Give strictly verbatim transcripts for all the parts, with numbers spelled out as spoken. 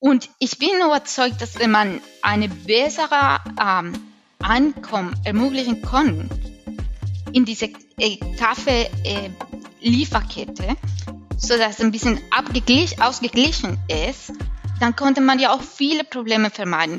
Und ich bin überzeugt, dass wenn man eine bessere ähm, Einkommen ermöglichen kann in diese äh, Kaffee-Lieferkette, äh, sodass es ein bisschen abgeglich, ausgeglichen ist, dann konnte man ja auch viele Probleme vermeiden.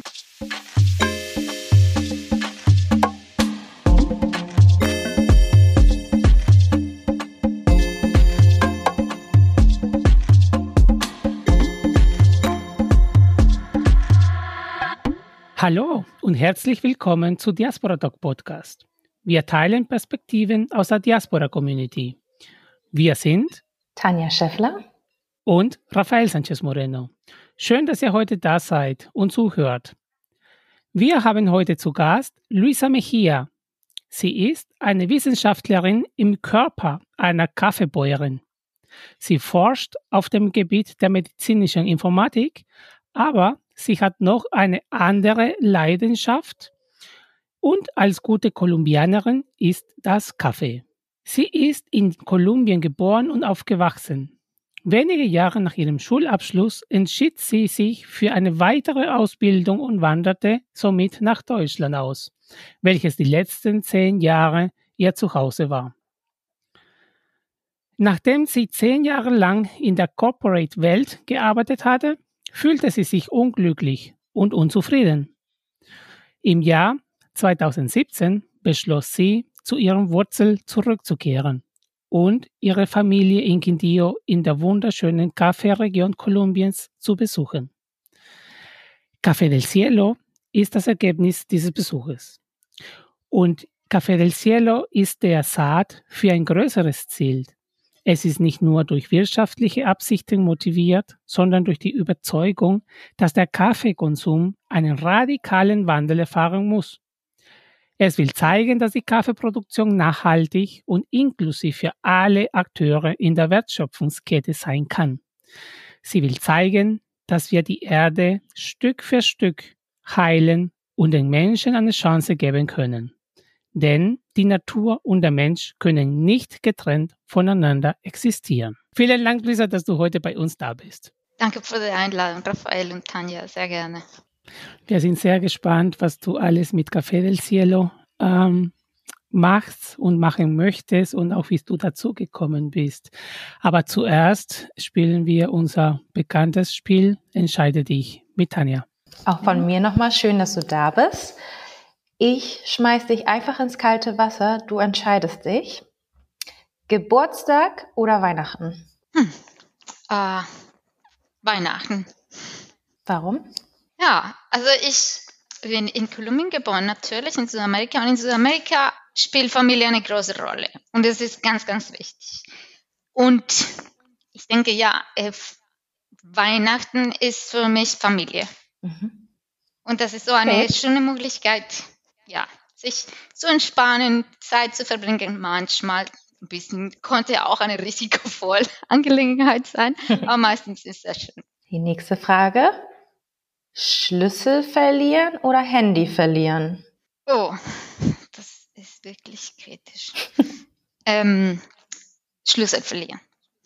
Hallo und herzlich willkommen zu Diaspora Talk Podcast. Wir teilen Perspektiven aus der Diaspora-Community. Wir sind Tanja Scheffler und Rafael Sanchez Moreno. Schön, dass ihr heute da seid und zuhört. Wir haben heute zu Gast Luisa Mejia. Sie ist eine Wissenschaftlerin im Körper einer Kaffeebäuerin. Sie forscht auf dem Gebiet der medizinischen Informatik, aber sie hat noch eine andere Leidenschaft und als gute Kolumbianerin ist das Kaffee. Sie ist in Kolumbien geboren und aufgewachsen. Wenige Jahre nach ihrem Schulabschluss entschied sie sich für eine weitere Ausbildung und wanderte somit nach Deutschland aus, welches die letzten zehn Jahre ihr Zuhause war. Nachdem sie zehn Jahre lang in der Corporate-Welt gearbeitet hatte, fühlte sie sich unglücklich und unzufrieden. Im Jahr zweitausendsiebzehn beschloss sie, zu ihren Wurzeln zurückzukehren und ihre Familie in Quindío in der wunderschönen Kaffeeregion Kolumbiens zu besuchen. Café del Cielo ist das Ergebnis dieses Besuches. Und Café del Cielo ist der Saat für ein größeres Ziel. Es ist nicht nur durch wirtschaftliche Absichten motiviert, sondern durch die Überzeugung, dass der Kaffeekonsum einen radikalen Wandel erfahren muss. Es will zeigen, dass die Kaffeeproduktion nachhaltig und inklusiv für alle Akteure in der Wertschöpfungskette sein kann. Sie will zeigen, dass wir die Erde Stück für Stück heilen und den Menschen eine Chance geben können. Denn die Natur und der Mensch können nicht getrennt voneinander existieren. Vielen Dank, Luisa, dass du heute bei uns da bist. Danke für die Einladung, Rafael und Tanja, sehr gerne. Wir sind sehr gespannt, was du alles mit Café del Cielo ähm, machst und machen möchtest und auch wie du dazu gekommen bist. Aber zuerst spielen wir unser bekanntes Spiel Entscheide dich mit Tanja. Auch von mir nochmal schön, dass du da bist. Ich schmeiß dich einfach ins kalte Wasser, du entscheidest dich. Geburtstag oder Weihnachten? Hm. Äh, Weihnachten. Warum? Ja, also ich bin in Kolumbien geboren, natürlich in Südamerika. Und in Südamerika spielt Familie eine große Rolle. Und das ist ganz, ganz wichtig. Und ich denke, ja, äh, Weihnachten ist für mich Familie. Mhm. Und das ist so eine okay. schöne Möglichkeit, ja, sich zu entspannen, Zeit zu verbringen. Manchmal ein bisschen, konnte auch eine risikovolle Angelegenheit sein, aber meistens ist es schön. Die nächste Frage. Schlüssel verlieren oder Handy verlieren? Oh, das ist wirklich kritisch. ähm, Schlüssel verlieren.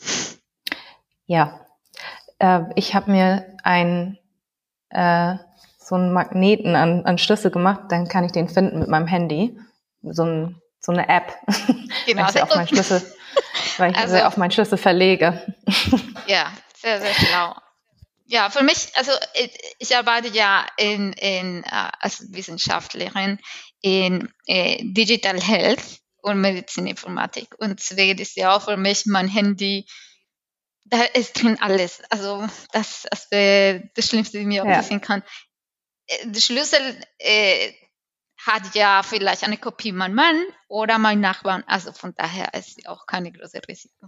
Ja, äh, ich habe mir ein äh, so einen Magneten an, an Schlüssel gemacht, dann kann ich den finden mit meinem Handy. So, ein, so eine App, genau, weil ich sie auf meinen Schlüssel, weil ich also, sie auf meinen Schlüssel verlege. Ja, sehr, sehr schlau. Ja, für mich, also ich, ich arbeite ja in, in, uh, als Wissenschaftlerin in äh, Digital Health und Medizininformatik. Und deswegen ist ja auch für mich mein Handy, da ist drin alles. Also das ist das, das Schlimmste, was mir auch passieren ja. kann. Der Schlüssel äh, hat ja vielleicht eine Kopie mein Mann oder mein Nachbarn. Also von daher ist auch keine große Risiko.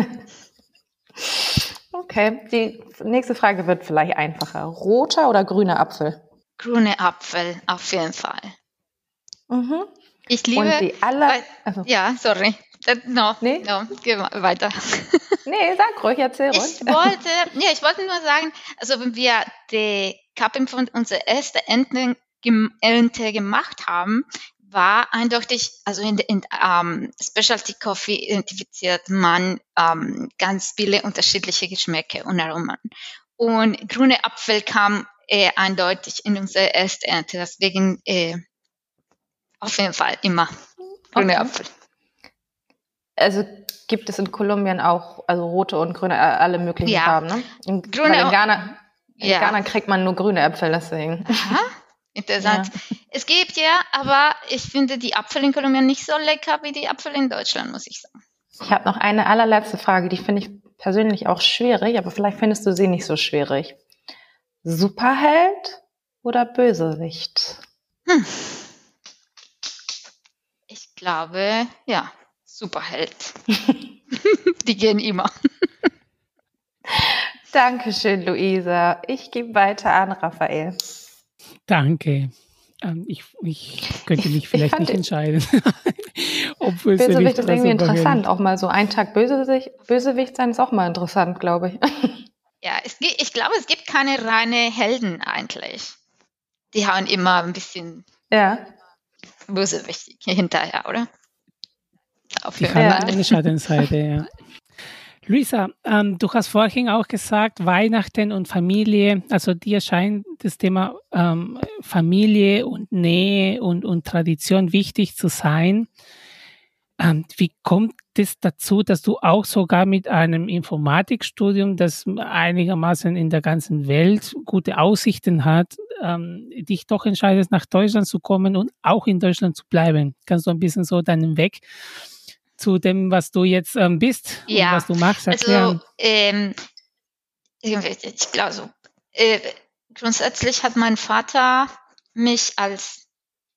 Okay, die nächste Frage wird vielleicht einfacher. Roter oder grüner Apfel? Grüne Apfel, auf jeden Fall. Mhm. Ich liebe... Und die aller... Weil, also. Ja, sorry. No, nee? no, geh mal weiter. Nee, sag ruhig, erzähl ruhig. Ich wollte, ja, ich wollte nur sagen, also wenn wir die Kappen von unserer ersten Ernte, Ernte gemacht haben, war eindeutig, also in, in um, Specialty Coffee identifiziert man um, ganz viele unterschiedliche Geschmäcke und Aromen. und grüne Apfel kam äh, eindeutig in unsere erste Ernte. Deswegen äh, auf jeden Fall immer grüne Okay. Apfel. Also gibt es in Kolumbien auch, also rote und grüne, äh, alle möglichen Ja. Farben, ne? In, Grüne weil in au- Ghana, in Ja. Ghana kriegt man nur grüne Äpfel, deswegen. Aha, interessant. Ja. Es gibt ja, aber ich finde die Apfel in Kolumbien nicht so lecker wie die Apfel in Deutschland, muss ich sagen. Ich habe noch eine allerletzte Frage, die finde ich persönlich auch schwierig, aber vielleicht findest du sie nicht so schwierig. Superheld oder Bösewicht? Hm. Ich glaube, ja, Superheld. Die gehen immer. Dankeschön, Luisa. Ich gebe weiter an Raphael. Danke. Ähm, ich, ich könnte mich Ich vielleicht fand nicht den- entscheiden. Ob Bösewicht Bösewicht ist oder irgendwie Superheld. interessant. Auch mal so einen Tag Bösewicht, Bösewicht sein ist auch mal interessant, glaube ich. Ja, es gibt, ich glaube, es gibt keine reine Helden eigentlich. Die haben immer ein bisschen Ja. bösewichtig hinterher, oder? Auf Die jeden haben Ja. Fall. eine Schattenseite, ja. Luisa, ähm, du hast vorhin auch gesagt, Weihnachten und Familie, also dir scheint das Thema ähm, Familie und Nähe und, und Tradition wichtig zu sein. Ähm, wie kommt es dazu, dass du auch sogar mit einem Informatikstudium, das einigermaßen in der ganzen Welt gute Aussichten hat, ähm, dich doch entscheidest, nach Deutschland zu kommen und auch in Deutschland zu bleiben? Kannst du ein bisschen so deinen Weg zu dem, was du jetzt ähm, bist und Ja, was du machst, Also, erklären? ähm, irgendwie, ich glaube so, äh, grundsätzlich hat mein Vater mich als,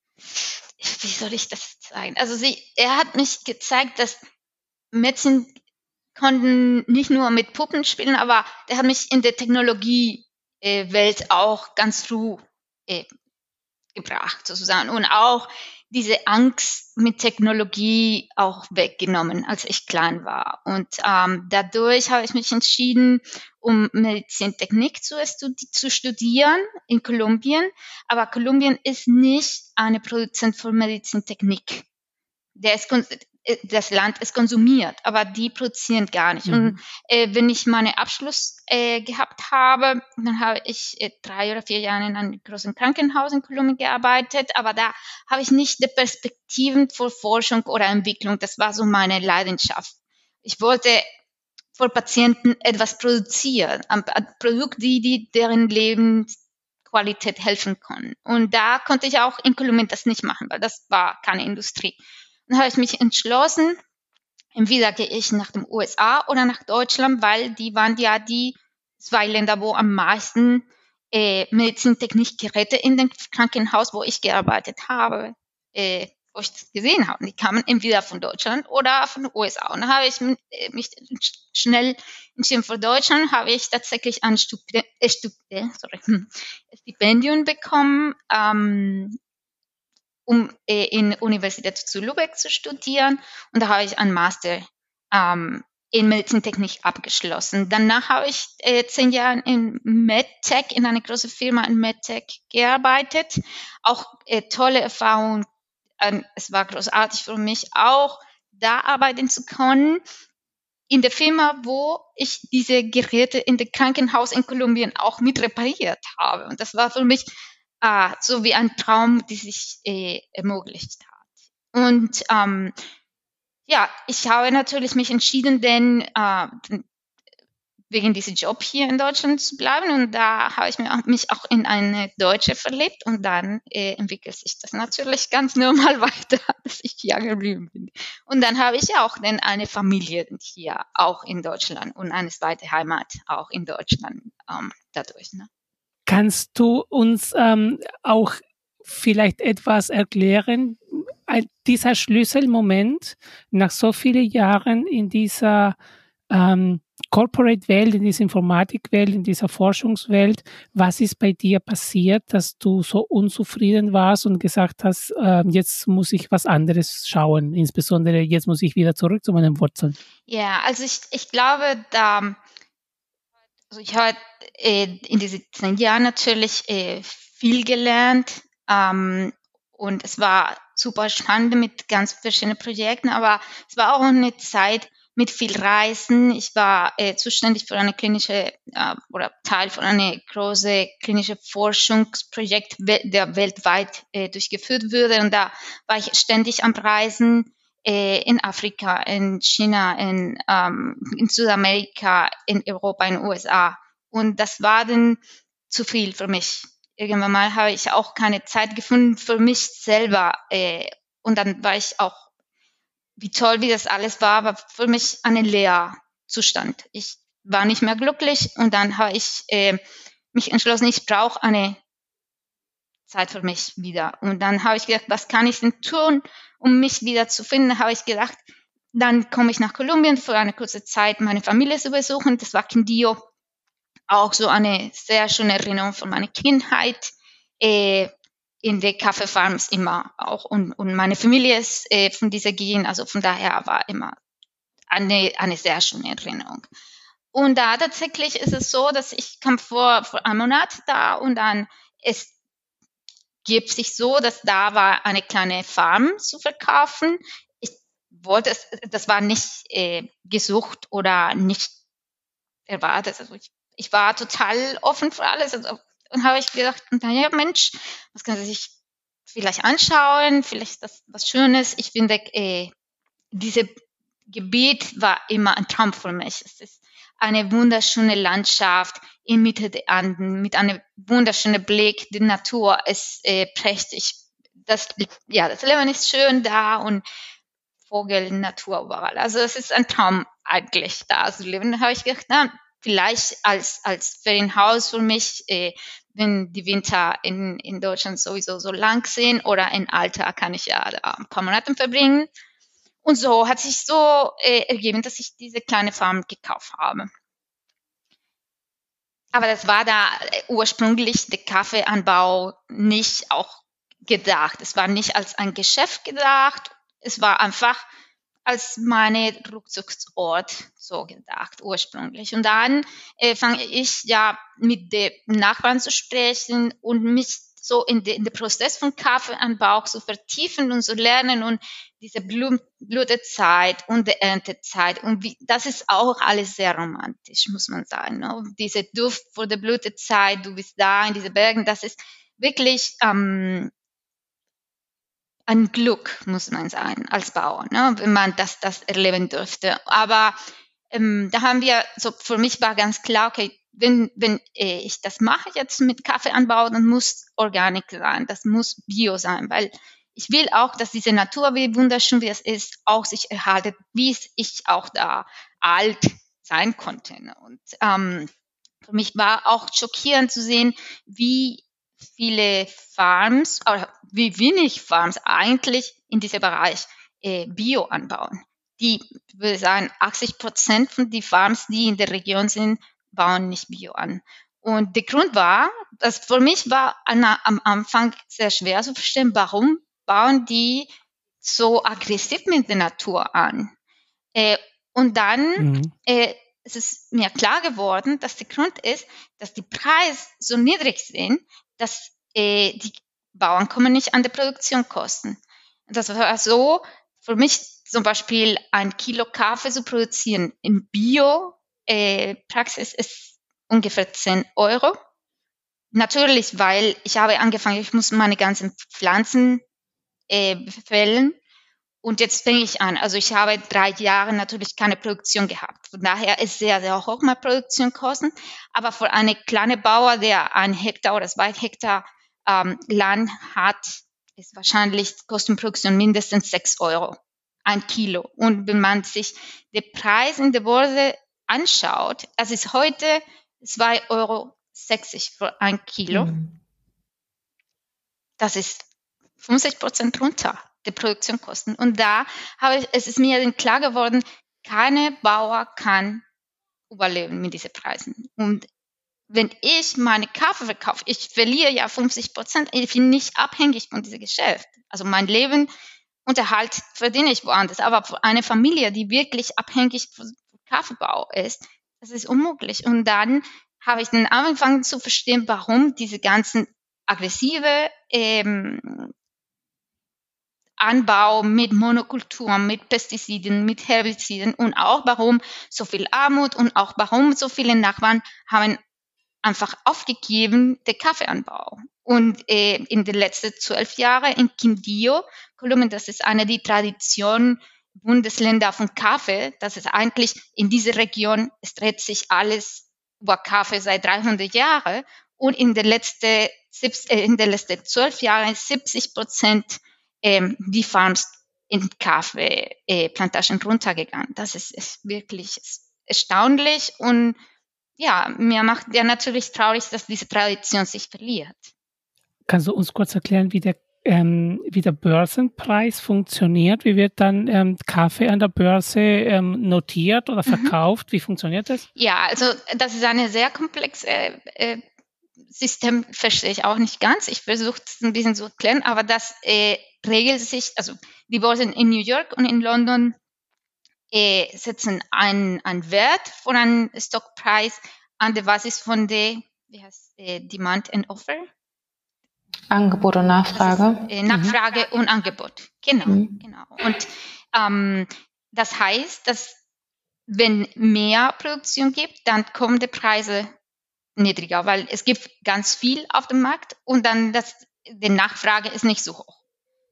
wie soll ich das sagen? Also sie, er hat mich gezeigt, dass Mädchen konnten nicht nur mit Puppen spielen, aber der hat mich in der Technologiewelt äh, Welt auch ganz früh äh, gebracht, sozusagen. Und auch diese Angst mit Technologie auch weggenommen, als ich klein war. Und ähm, dadurch habe ich mich entschieden, um Medizintechnik zu, studi- zu studieren in Kolumbien. Aber Kolumbien ist nicht eine Produzent für Medizintechnik. Der ist, kon- äh, das Land ist konsumiert, aber die produzieren gar nicht. Mhm. Und äh, wenn ich meinen Abschluss äh, gehabt habe, dann habe ich äh, drei oder vier Jahre in einem großen Krankenhaus in Kolumbien gearbeitet, aber da habe ich nicht die Perspektiven für Forschung oder Entwicklung. Das war so meine Leidenschaft. Ich wollte für Patienten etwas produzieren, ein ein Produkt, die, die deren Lebensqualität helfen können. Und da konnte ich auch in Kolumbien das nicht machen, weil das war keine Industrie. Dann habe ich mich entschlossen, entweder gehe ich nach den U S A oder nach Deutschland, weil die waren ja die zwei Länder, wo am meisten äh, Medizintechnikgeräte in dem Krankenhaus, wo ich gearbeitet habe, äh, wo ich das gesehen habe. Die kamen entweder von Deutschland oder von den U S A. Und dann habe ich m- äh, mich schnell entschieden für Deutschland, habe ich tatsächlich ein Stupide, äh, Stup- äh, sorry, hm, Stipendium bekommen, ähm, um äh, in der Universität zu Lübeck zu studieren. Und da habe ich einen Master ähm, in Medizintechnik abgeschlossen. Danach habe ich äh, zehn Jahre in MedTech, in einer großen Firma in MedTech gearbeitet. Auch äh, tolle Erfahrung. Ähm, es war großartig für mich, auch da arbeiten zu können. In der Firma, wo ich diese Geräte in dem Krankenhaus in Kolumbien auch mit repariert habe. Und das war für mich ah, so wie ein Traum, die sich äh, ermöglicht hat. Und ähm, ja, ich habe natürlich mich entschieden, denn äh, wegen diesem Job hier in Deutschland zu bleiben. Und da habe ich mich auch, mich auch in eine Deutsche verliebt. Und dann äh, entwickelt sich das natürlich ganz normal weiter, dass ich hier geblieben bin. Und dann habe ich ja auch dann eine Familie hier auch in Deutschland und eine zweite Heimat auch in Deutschland ähm, dadurch. Ne? Kannst du uns ähm, auch vielleicht etwas erklären, ein- dieser Schlüsselmoment nach so vielen Jahren in dieser ähm, Corporate-Welt, in dieser Informatikwelt, in dieser Forschungswelt, was ist bei dir passiert, dass du so unzufrieden warst und gesagt hast, äh, jetzt muss ich was anderes schauen, insbesondere jetzt muss ich wieder zurück zu meinen Wurzeln? Ja, also ich, ich glaube, da, also ich habe äh, in diesen zehn Jahren natürlich äh, viel gelernt ähm, und es war super spannend mit ganz verschiedenen Projekten, aber es war auch eine Zeit, mit viel Reisen. Ich war äh, zuständig für eine klinische äh, oder Teil von einem großen klinischen Forschungsprojekt, der weltweit äh, durchgeführt wurde. Und da war ich ständig am Reisen äh, in Afrika, in China, in, ähm, in Südamerika, in Europa, in den U S A. Und das war dann zu viel für mich. Irgendwann mal habe ich auch keine Zeit gefunden für mich selber. Äh, und dann war ich auch, wie toll, wie das alles war, war für mich ein Leerzustand. Ich war nicht mehr glücklich und dann habe ich äh, mich entschlossen, ich brauche eine Zeit für mich wieder. Und dann habe ich gedacht, was kann ich denn tun, um mich wieder zu finden? Da habe ich gedacht, dann komme ich nach Kolumbien für eine kurze Zeit, meine Familie zu besuchen. Das war Quindío. Auch so eine sehr schöne Erinnerung von meiner Kindheit. Äh, in den Kaffeefarms immer auch. Und, und meine Familie ist äh, von dieser Gegend, also von daher war immer eine, eine sehr schöne Erinnerung. Und da tatsächlich ist es so, dass ich kam vor, vor einem Monat da und dann es gibt sich so, dass da war eine kleine Farm zu verkaufen. Ich wollte es, das war nicht äh, gesucht oder nicht erwartet. Also ich Ich war total offen für alles. Also, und habe ich gedacht, naja, Mensch, was kann sie sich vielleicht anschauen? Vielleicht ist das was Schönes. Ich finde, äh, dieses Gebiet war immer ein Traum für mich. Es ist eine wunderschöne Landschaft in Mitte der Anden mit einem wunderschönen Blick. Die Natur ist äh, prächtig. Das, ja, das Leben ist schön da und Vogel, Natur überall. Also es ist ein Traum eigentlich da zu leben. Da habe ich gedacht, na, vielleicht als, als Ferienhaus für mich, äh, wenn die Winter in, in Deutschland sowieso so lang sind oder in Alter kann ich ja da ein paar Monate verbringen. Und so hat sich so äh, ergeben, dass ich diese kleine Farm gekauft habe. Aber das war da äh, ursprünglich der Kaffeeanbau nicht auch gedacht. Es war nicht als ein Geschäft gedacht. Es war einfach als meine Rückzugsort so gedacht, ursprünglich. Und dann äh, fange ich ja mit den Nachbarn zu sprechen und mich so in den Prozess von Kaffeeanbau zu vertiefen und zu lernen und diese Blut, Blütezeit und die Erntezeit. Und wie, das ist auch alles sehr romantisch, muss man sagen. Ne? Diese Duft vor der Blütezeit, du bist da in diesen Bergen, das ist wirklich ähm, ein Glück, muss man sagen, als Bauer, ne, wenn man das, das erleben dürfte. Aber ähm, da haben wir, so für mich war ganz klar, okay, wenn, wenn äh, ich das mache jetzt mit Kaffeeanbau, dann muss Organik sein, das muss Bio sein, weil ich will auch, dass diese Natur, wie wunderschön wie es ist, auch sich erhalten, wie es ich auch da alt sein konnte. Ne? Und ähm, für mich war auch schockierend zu sehen, wie viele Farms oder wie wenig Farms eigentlich in diesem Bereich äh, Bio anbauen. Die, ich würde sagen, achtzig Prozent von den Farms, die in der Region sind, bauen nicht Bio an. Und der Grund war, dass für mich war an, am Anfang sehr schwer zu verstehen, warum bauen die so aggressiv mit der Natur an. Äh, und dann mhm. äh, es ist mir klar geworden, dass der Grund ist, dass die Preise so niedrig sind, dass äh, die Bauern kommen nicht an die Produktionskosten. Und das war so, für mich zum Beispiel ein Kilo Kaffee zu produzieren in Bio-Praxis äh, ist ungefähr zehn Euro. Natürlich, weil ich habe angefangen, ich muss meine ganzen Pflanzen äh, fällen. Und jetzt fange ich an. Also ich habe drei Jahre natürlich keine Produktion gehabt. Von daher ist sehr, sehr hoch meine Produktionskosten. Aber für eine kleine Bauer, der ein Hektar oder zwei Hektar ähm, Land hat, ist wahrscheinlich Kostenproduktion mindestens sechs Euro ein Kilo. Und wenn man sich den Preis in der Börse anschaut, es ist heute zwei Euro sechzig für ein Kilo. Mhm. Das ist fünfzig Prozent runter. Die Produktionskosten. Und da habe ich, es ist mir dann klar geworden, keine Bauer kann überleben mit diesen Preisen. Und wenn ich meine Kaffee verkaufe, ich verliere ja fünfzig Prozent, ich bin nicht abhängig von diesem Geschäft. Also mein Leben, Unterhalt verdiene ich woanders. Aber für eine Familie, die wirklich abhängig von Kaffeebau ist, das ist unmöglich. Und dann habe ich dann angefangen zu verstehen, warum diese ganzen aggressive ähm, Anbau mit Monokulturen, mit Pestiziden, mit Herbiziden und auch warum so viel Armut und auch warum so viele Nachbarn haben einfach aufgegeben, den Kaffeeanbau. Und äh, in den letzten zwölf Jahren in Quindío, Kolumbien, das ist eine der Tradition Bundesländer von Kaffee, das ist eigentlich in dieser Region, es dreht sich alles über Kaffee seit dreihundert Jahren und in den letzten, in den letzten zwölf Jahren siebzig Prozent ähm, die Farms in Kaffeeplantagen äh, runtergegangen. Das ist, ist wirklich erstaunlich und ja, mir macht ja natürlich traurig, dass diese Tradition sich verliert. Kannst du uns kurz erklären, wie der, ähm, wie der Börsenpreis funktioniert? Wie wird dann ähm, Kaffee an der Börse ähm, notiert oder verkauft? Mhm. Wie funktioniert das? Ja, also das ist eine sehr komplexe äh, System, verstehe ich auch nicht ganz. Ich versuche es ein bisschen zu erklären, aber das äh, regelt sich, also die Börsen in New York und in London äh, setzen einen, einen Wert von einem Stockpreis an der Basis von der, wie heißt äh, Demand and Offer? Angebot und Nachfrage. Ist, äh, Nachfrage mhm. und Angebot, genau. Mhm. genau. Und ähm, das heißt, dass wenn mehr Produktion gibt, dann kommen die Preise niedriger, weil es gibt ganz viel auf dem Markt und dann das, die Nachfrage ist nicht so hoch.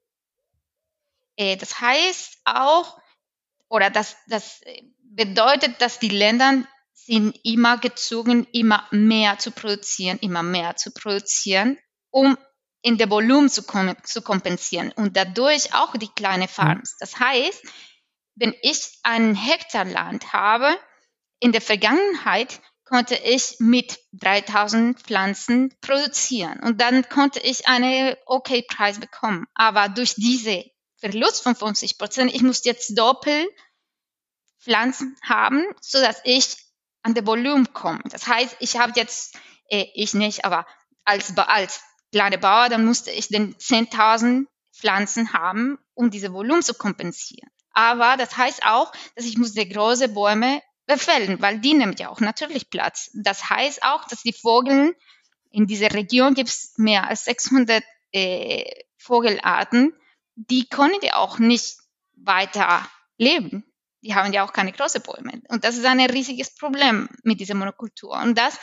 Äh, das heißt auch, oder das, das bedeutet, dass die Länder sind immer gezwungen, immer mehr zu produzieren, immer mehr zu produzieren, um in der Volumen zu, kom- zu kompensieren und dadurch auch die kleinen Farms. Das heißt, wenn ich ein Hektar Land habe, in der Vergangenheit konnte ich mit dreitausend Pflanzen produzieren und dann konnte ich einen okay Preis bekommen. Aber durch diese Verlust von fünfzig Prozent, ich muss jetzt doppelt Pflanzen haben, so dass ich an der Volumen komme. Das heißt, ich habe jetzt, äh, ich nicht, aber als, als kleiner Bauer, dann musste ich den zehntausend Pflanzen haben, um diese Volumen zu kompensieren. Aber das heißt auch, dass ich muss die großen Bäume befällen, weil die nehmen ja auch natürlich Platz. Das heißt auch, dass die Vögel, in dieser Region gibt es mehr als sechshundert äh, Vogelarten, die können ja auch nicht weiter leben. Die haben ja auch keine großen Bäume. Und das ist ein riesiges Problem mit dieser Monokultur. Und das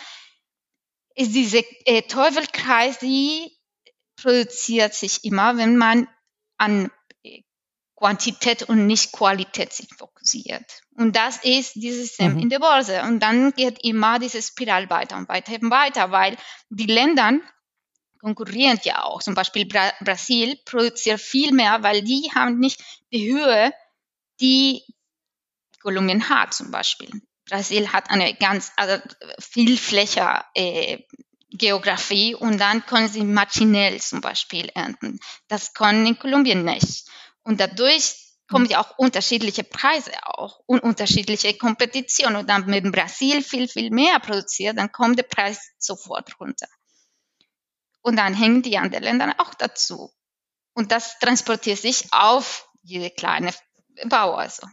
ist dieser äh, Teufelskreis, die produziert sich immer, wenn man an äh, Quantität und nicht Qualität sich fokussiert. Und das ist dieses System mhm. in der Börse. Und dann geht immer diese Spirale weiter und weiter und weiter, weil die Länder konkurrieren ja auch. Zum Beispiel Bra- Brasil produziert viel mehr, weil die haben nicht die Höhe, die Kolumbien hat zum Beispiel. Brasil hat eine ganz also viel Fläche äh, Geografie und dann können sie maschinell zum Beispiel ernten. Das können in Kolumbien nicht. Und dadurch kommen ja auch unterschiedliche Preise auch und unterschiedliche Kompetition. Und dann mit Brasil viel, viel mehr produziert, dann kommt der Preis sofort runter. Und dann hängen die anderen Länder auch dazu. Und das transportiert sich auf jede kleine Bauer. Also.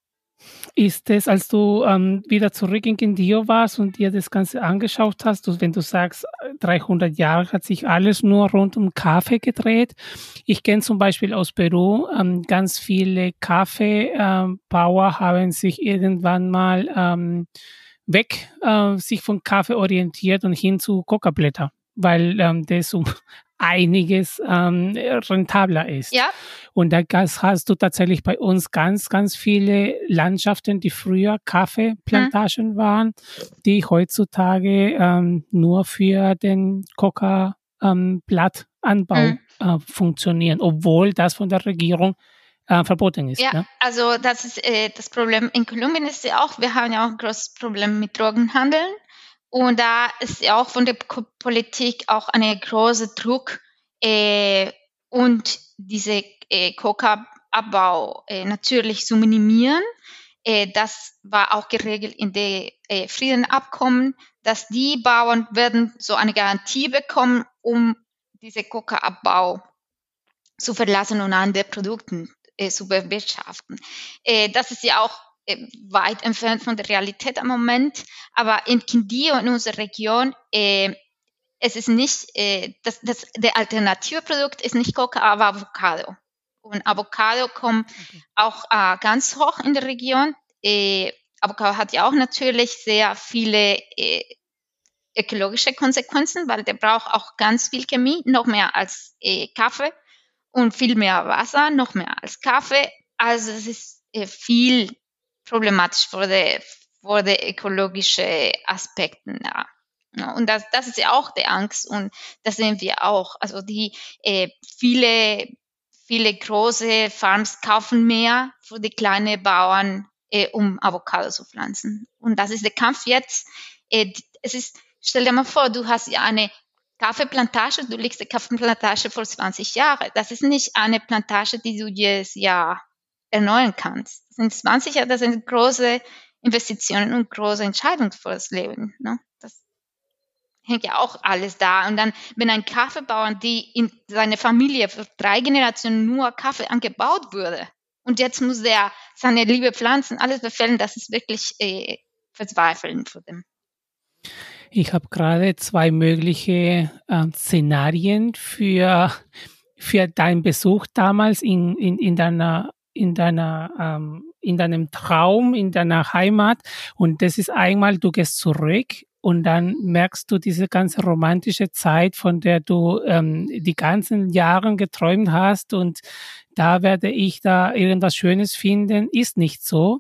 Ist es, als du ähm, wieder zurück in Quindío warst und dir das Ganze angeschaut hast, du, wenn du sagst, dreihundert Jahre hat sich alles nur rund um Kaffee gedreht. Ich kenne zum Beispiel aus Peru, ähm, ganz viele Kaffeebauer ähm, haben sich irgendwann mal ähm, weg, äh, sich von Kaffee orientiert und hin zu Coca-Blätter, weil ähm, das um einiges ähm, rentabler ist. Ja. Und da hast du tatsächlich bei uns ganz, ganz viele Landschaften, die früher Kaffeeplantagen mhm. waren, die heutzutage ähm, nur für den Coca-Blattanbau ähm, mhm. äh, funktionieren, obwohl das von der Regierung äh, verboten ist. Ja, ne? Also das ist äh, das Problem. In Kolumbien ist ja auch, wir haben ja auch ein großes Problem mit Drogenhandel. Und da ist ja auch von der K- Politik auch eine große Druck äh, und diese äh, Coca-Abbau äh, natürlich zu minimieren. Äh, das war auch geregelt in der äh, Friedensabkommen, dass die Bauern werden so eine Garantie bekommen, um diese Coca-Abbau zu verlassen und andere Produkte äh, zu bewirtschaften. Äh, das ist ja auch weit entfernt von der Realität am Moment, aber in Quindío, in unserer Region, äh, es ist nicht, äh, das, das, der Alternativprodukt ist nicht Coca, aber Avocado. Und Avocado kommt Okay. auch äh, ganz hoch in der Region. Äh, Avocado hat ja auch natürlich sehr viele äh, ökologische Konsequenzen, weil der braucht auch ganz viel Chemie, noch mehr als äh, Kaffee und viel mehr Wasser, noch mehr als Kaffee. Also es ist äh, viel problematisch für die, für die ökologische Aspekten. Ja. Ja, und das, das ist ja auch die Angst und das sehen wir auch. Also die äh, viele, viele große Farms kaufen mehr für die kleinen Bauern, äh, um Avocado zu pflanzen. Und das ist der Kampf jetzt. Äh, es ist, stell dir mal vor, du hast ja eine Kaffeeplantage, du legst die Kaffeeplantage vor zwanzig Jahre. Das ist nicht eine Plantage, die du jedes Jahr erneuern kannst. Das sind zwanzig Jahre, das sind große Investitionen und große Entscheidungen für das Leben. Ne? Das hängt ja auch alles da. Und dann, wenn ein Kaffeebauer, die in seiner Familie für drei Generationen nur Kaffee angebaut würde, und jetzt muss er seine liebe Pflanzen alles befällen, das ist wirklich äh, verzweifelnd für den. Ich habe gerade zwei mögliche äh, Szenarien für, für deinen Besuch damals in, in, in deiner, in deiner, ähm, in deinem Traum, in deiner Heimat. Und das ist einmal, du gehst zurück und dann merkst du diese ganze romantische Zeit, von der du ähm, die ganzen Jahre geträumt hast und da werde ich da irgendwas Schönes finden, ist nicht so.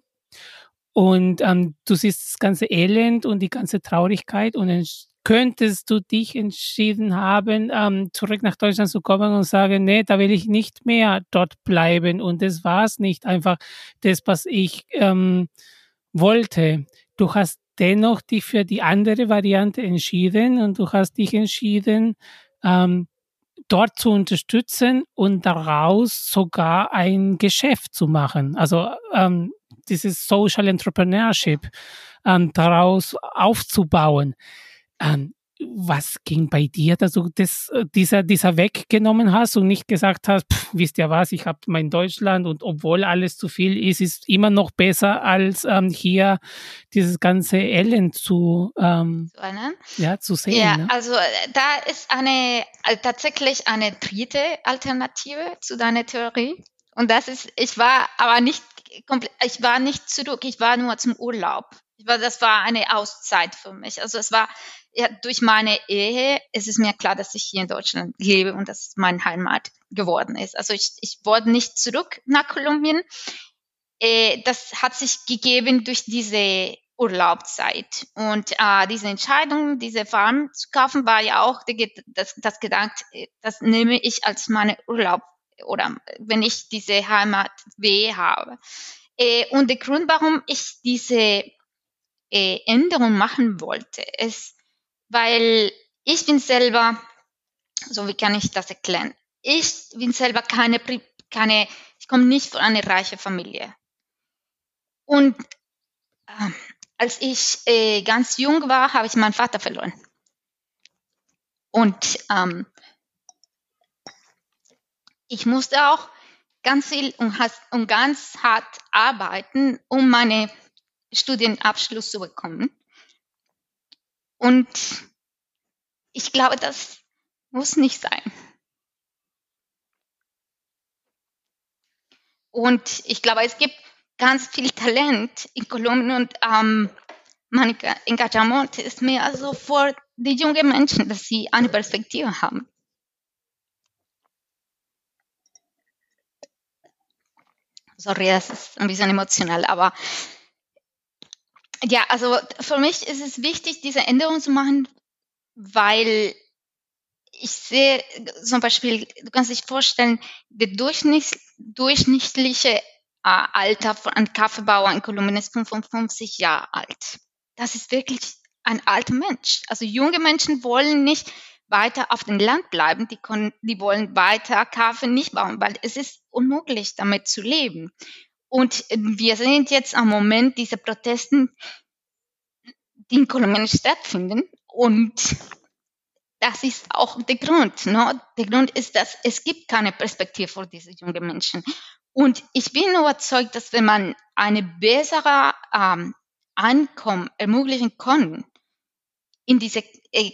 Und ähm, du siehst das ganze Elend und die ganze Traurigkeit und dann könntest du dich entschieden haben, ähm, zurück nach Deutschland zu kommen und sagen, nee, da will ich nicht mehr dort bleiben und das war's nicht einfach das, was ich ähm, wollte. Du hast dennoch dich für die andere Variante entschieden und du hast dich entschieden, ähm, dort zu unterstützen und daraus sogar ein Geschäft zu machen. Also ähm, dieses Social Entrepreneurship ähm, daraus aufzubauen. Ähm, was ging bei dir, dass du das, dieser, dieser weggenommen hast und nicht gesagt hast, pff, wisst ihr was, ich habe mein Deutschland und obwohl alles zu viel ist, ist immer noch besser als ähm, hier dieses ganze Elend zu, ähm, So, ne? ja, zu sehen. Ja, Ne? also da ist eine äh, tatsächlich eine dritte Alternative zu deiner Theorie. Und das ist, ich war aber nicht komplett, ich war nicht zurück, ich war nur zum Urlaub. Ich war, das war eine Auszeit für mich. Also es war ja durch meine Ehe, es ist mir klar, dass ich hier in Deutschland lebe und dass es meine Heimat geworden ist. Also ich, ich wollte nicht zurück nach Kolumbien. Äh, das hat sich gegeben durch diese Urlaubszeit. Und äh, diese Entscheidung, diese Farm zu kaufen, war ja auch die, das, das Gedanke, das nehme ich als meine Urlaub oder wenn ich diese Heimatweh habe. Äh, und der Grund, warum ich diese äh, Änderung machen wollte, ist, weil ich bin selber, so wie kann ich das erklären? Ich bin selber keine, keine ich komme nicht von einer reichen Familie. Und äh, als ich äh, ganz jung war, habe ich meinen Vater verloren. Und ähm, ich musste auch ganz viel und, und ganz hart arbeiten, um meinen Studienabschluss zu bekommen. Und ich glaube, das muss nicht sein. Und ich glaube, es gibt ganz viel Talent in Kolumbien und ähm, mein Engagement ist mehr also für die jungen Menschen, dass sie eine Perspektive haben. Sorry, das ist ein bisschen emotional, aber ja, also für mich ist es wichtig, diese Änderung zu machen, weil ich sehe zum Beispiel, du kannst dich vorstellen, der durchschnitt, durchschnittliche äh, Alter von einem Kaffeebauer in Kolumbien ist fünfundfünfzig Jahre alt. Das ist wirklich ein alter Mensch. Also junge Menschen wollen nicht weiter auf dem Land bleiben, die, können, die wollen weiter Kaffee nicht bauen, weil es ist unmöglich, damit zu leben. Und wir sehen jetzt am Moment diese Protesten, die in Kolumbien stattfinden. Und das ist auch der Grund. Ne? Der Grund ist, dass es gibt keine Perspektive für diese jungen Menschen. Und ich bin überzeugt, dass wenn man eine bessere ähm, Einkommen ermöglichen kann in diese äh,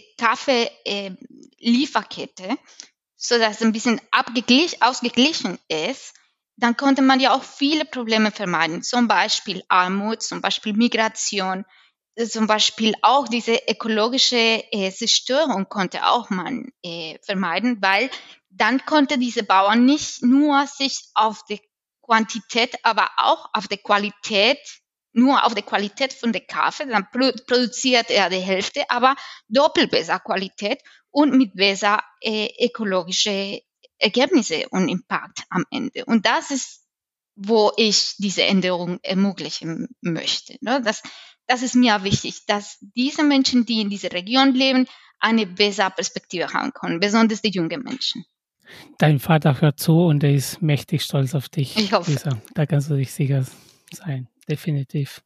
Kaffee-Lieferkette, äh, sodass es ein bisschen abgeglichen, ausgeglichen ist, dann konnte man ja auch viele Probleme vermeiden, zum Beispiel Armut, zum Beispiel Migration, zum Beispiel auch diese ökologische äh, Zerstörung konnte auch man äh, vermeiden, weil dann konnte diese Bauern nicht nur sich auf die Quantität, aber auch auf die Qualität, nur auf die Qualität von der Kaffee, dann produ- produziert er die Hälfte, aber doppelt besser Qualität und mit besser äh, ökologische Ergebnisse und Impact am Ende. Und das ist, wo ich diese Änderung ermöglichen möchte. Ne? Das, das ist mir wichtig, dass diese Menschen, die in dieser Region leben, eine bessere Perspektive haben können, besonders die jungen Menschen. Dein Vater hört zu und er ist mächtig stolz auf dich. Ich hoffe. Lisa. Da kannst du dich sicher sein, definitiv.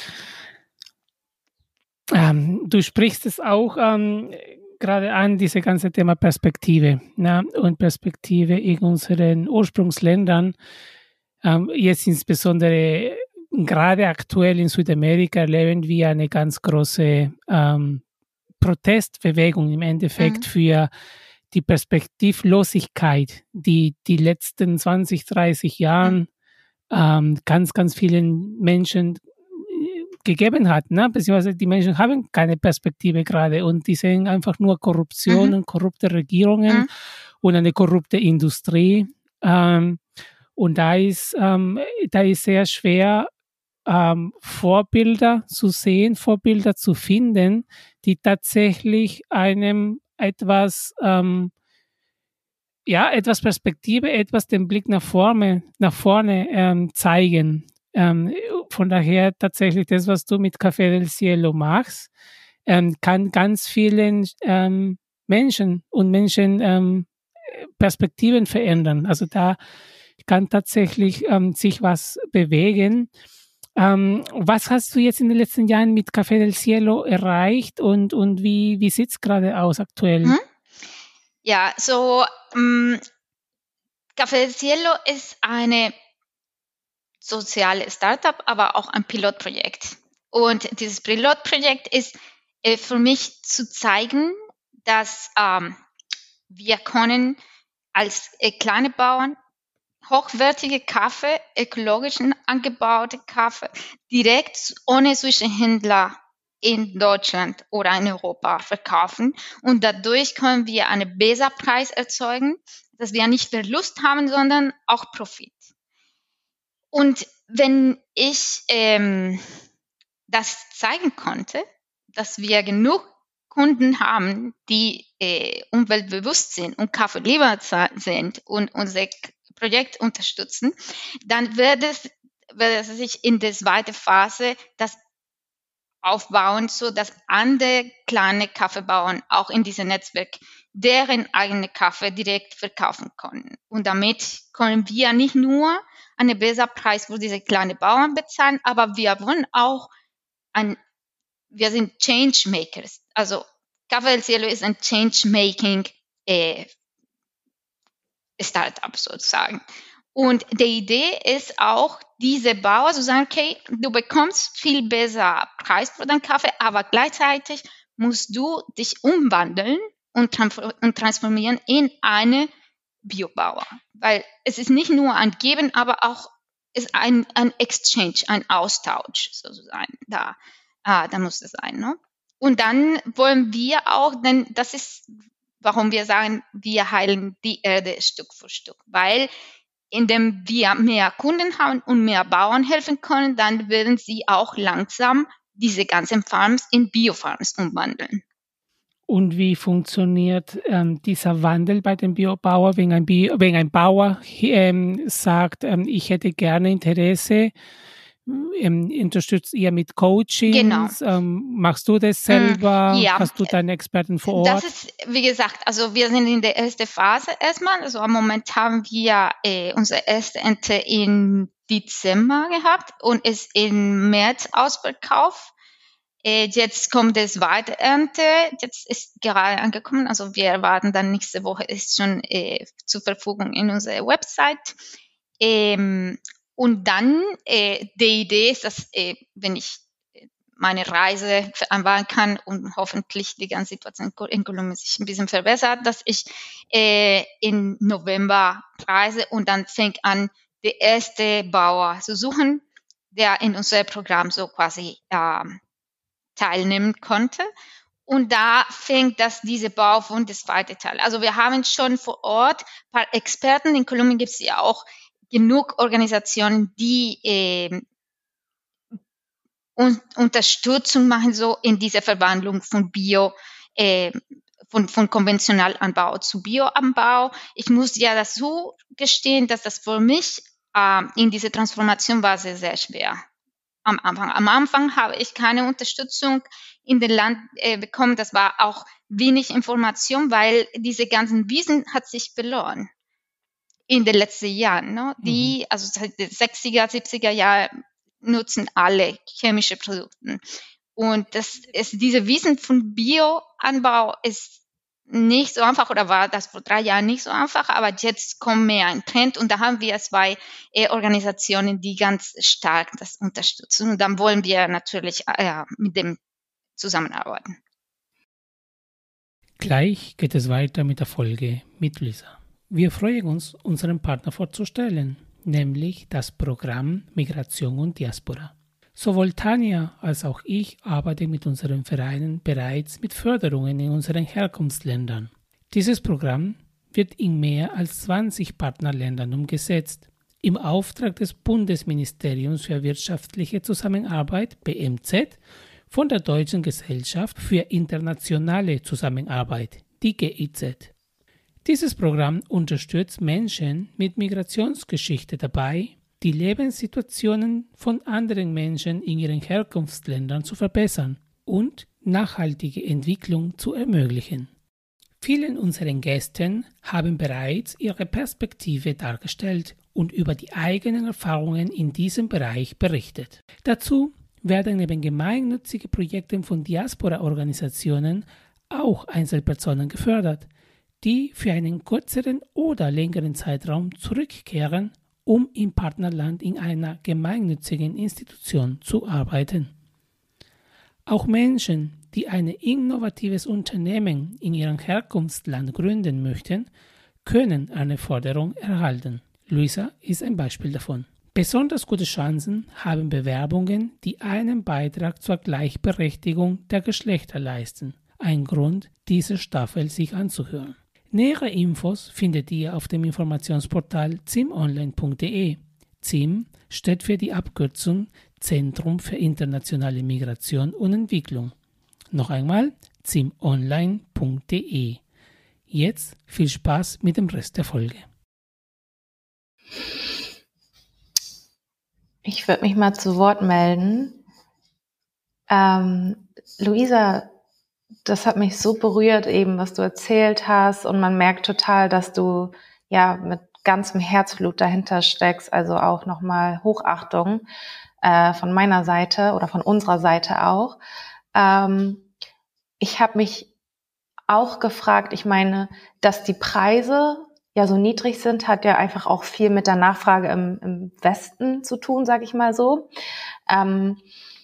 Ähm, du sprichst es auch ähm, gerade an, diese ganze Thema Perspektive, ne? Und Perspektive in unseren Ursprungsländern. Ähm, jetzt insbesondere gerade aktuell in Südamerika erleben wir eine ganz große ähm, Protestbewegung im Endeffekt Mhm. für die Perspektivlosigkeit, die die letzten zwanzig, dreißig Jahren ähm, ganz, ganz vielen Menschen äh, gegeben hat. Ne? Beziehungsweise die Menschen haben keine Perspektive gerade und die sehen einfach nur Korruption Mhm. und korrupte Regierungen Mhm. und eine korrupte Industrie. Ähm, und da ist, ähm, da ist sehr schwer, ähm, Vorbilder zu sehen, Vorbilder zu finden, die tatsächlich einem etwas, ähm, ja, etwas Perspektive, etwas den Blick nach vorne, nach vorne ähm, zeigen. Ähm, von daher tatsächlich das, was du mit Café del Cielo machst, ähm, kann ganz vielen ähm, Menschen und Menschen ähm, Perspektiven verändern. Also da kann tatsächlich ähm, sich was bewegen. Ähm, was hast du jetzt in den letzten Jahren mit Café del Cielo erreicht und, und wie, wie sieht es gerade aus aktuell? Mhm. Ja, so ähm, Café del Cielo ist eine soziale Startup, aber auch ein Pilotprojekt. Und dieses Pilotprojekt ist äh, für mich zu zeigen, dass ähm, wir können als äh, kleine Bauern hochwertige Kaffee, ökologischen angebaute Kaffee, direkt ohne Zwischenhändler in Deutschland oder in Europa verkaufen. Und dadurch können wir einen besseren Preis erzeugen, dass wir nicht Verlust haben, sondern auch Profit. Und wenn ich ähm, das zeigen konnte, dass wir genug Kunden haben, die äh, umweltbewusst sind und Kaffeelieber sind und unser Projekt unterstützen, dann wird es, wird es sich in der zweiten Phase das aufbauen, so dass andere kleine Kaffeebauern auch in diesem Netzwerk deren eigene Kaffee direkt verkaufen können. Und damit können wir nicht nur einen besseren Preis für diese kleinen Bauern bezahlen, aber wir wollen auch ein, wir sind Changemakers. Also Café del Cielo ist ein Changemaking äh, Startup sozusagen. Und die Idee ist auch, diese Bauer zu sagen, okay, du bekommst viel besser Preis für deinen Kaffee, aber gleichzeitig musst du dich umwandeln und, und transformieren in eine Biobauer. Weil es ist nicht nur ein Geben, aber auch ist ein, ein Exchange, ein Austausch sozusagen. Da, ah, da muss es sein. Ne? Und dann wollen wir auch, denn das ist, warum wir sagen, wir heilen die Erde Stück für Stück. Weil indem wir mehr Kunden haben und mehr Bauern helfen können, dann werden sie auch langsam diese ganzen Farms in Biofarms umwandeln. Und wie funktioniert ähm, dieser Wandel bei dem Biobauer, wenn ein, Bio, wenn ein Bauer ähm, sagt, ähm, ich hätte gerne Interesse, ähm, unterstützt ihr mit Coachings? Genau. Ähm, machst du das selber? Ja. Hast du deine Experten vor Ort? Das ist, wie gesagt, also wir sind in der ersten Phase erstmal. Also am Moment haben wir äh, unsere erste Ernte im Dezember gehabt und ist im März ausverkauft. Äh, jetzt kommt die zweite Ernte. Jetzt ist gerade angekommen. Also wir erwarten dann nächste Woche ist schon äh, zur Verfügung in unserer Website. Ähm, und dann, äh, die Idee ist, dass äh, wenn ich meine Reise vereinbaren kann und hoffentlich die ganze Situation in Kolumbien sich ein bisschen verbessert, dass ich äh, im November reise und dann fängt an der erste Bauer zu suchen, der in unserem Programm so quasi ähm, teilnehmen konnte. Und da fängt das diese Bau von das zweite Teil. Also wir haben schon vor Ort ein paar Experten. In Kolumbien gibt es ja auch genug Organisationen, die äh, un Unterstützung machen so in dieser Verwandlung von Bio, äh, von, von Konventionalanbau zu Bioanbau. Ich muss ja dazu gestehen, dass das für mich äh, in dieser Transformation war sehr, sehr schwer. Am Anfang. Am Anfang habe ich keine Unterstützung in den Land äh, bekommen. Das war auch wenig Information, weil diese ganzen Wiesen hat sich verloren in den letzten Jahren. Ne? Die, mhm. also seit den sechziger, siebziger Jahren nutzen alle chemische Produkte. Und das ist, diese Wiesen von Bioanbau ist nicht so einfach oder war das vor drei Jahren nicht so einfach, aber jetzt kommt mehr ein Trend und da haben wir zwei äh, Organisationen, die ganz stark das unterstützen und dann wollen wir natürlich äh, mit dem zusammenarbeiten. Gleich geht es weiter mit der Folge mit Luisa. Wir freuen uns, unseren Partner vorzustellen, nämlich das Programm Migration und Diaspora. Sowohl Tanja als auch ich arbeiten mit unseren Vereinen bereits mit Förderungen in unseren Herkunftsländern. Dieses Programm wird in mehr als zwanzig Partnerländern umgesetzt, im Auftrag des Bundesministeriums für wirtschaftliche Zusammenarbeit B M Z von der Deutschen Gesellschaft für internationale Zusammenarbeit, die G I Z. Dieses Programm unterstützt Menschen mit Migrationsgeschichte dabei, die Lebenssituationen von anderen Menschen in ihren Herkunftsländern zu verbessern und nachhaltige Entwicklung zu ermöglichen. Vielen unserer Gästen haben bereits ihre Perspektive dargestellt und über die eigenen Erfahrungen in diesem Bereich berichtet. Dazu werden neben gemeinnützigen Projekten von Diaspora-Organisationen auch Einzelpersonen gefördert, die für einen kürzeren oder längeren Zeitraum zurückkehren, um im Partnerland in einer gemeinnützigen Institution zu arbeiten. Auch Menschen, die ein innovatives Unternehmen in ihrem Herkunftsland gründen möchten, können eine Förderung erhalten. Luisa ist ein Beispiel davon. Besonders gute Chancen haben Bewerbungen, die einen Beitrag zur Gleichberechtigung der Geschlechter leisten. Ein Grund, diese Staffel sich anzuhören. Nähere Infos findet ihr auf dem Informationsportal zimonline punkt de. Z I M steht für die Abkürzung Zentrum für internationale Migration und Entwicklung. Noch einmal zimonline punkt de. Jetzt viel Spaß mit dem Rest der Folge. Ich würde mich mal zu Wort melden. Ähm, Luisa, das hat mich so berührt, eben was du erzählt hast, und man merkt total, dass du ja mit ganzem Herzblut dahinter steckst, also auch nochmal Hochachtung äh, von meiner Seite oder von unserer Seite auch. Ähm, ich habe mich auch gefragt, ich meine, dass die Preise ja so niedrig sind, hat ja einfach auch viel mit der Nachfrage im, im Westen zu tun, sage ich mal so. Ähm,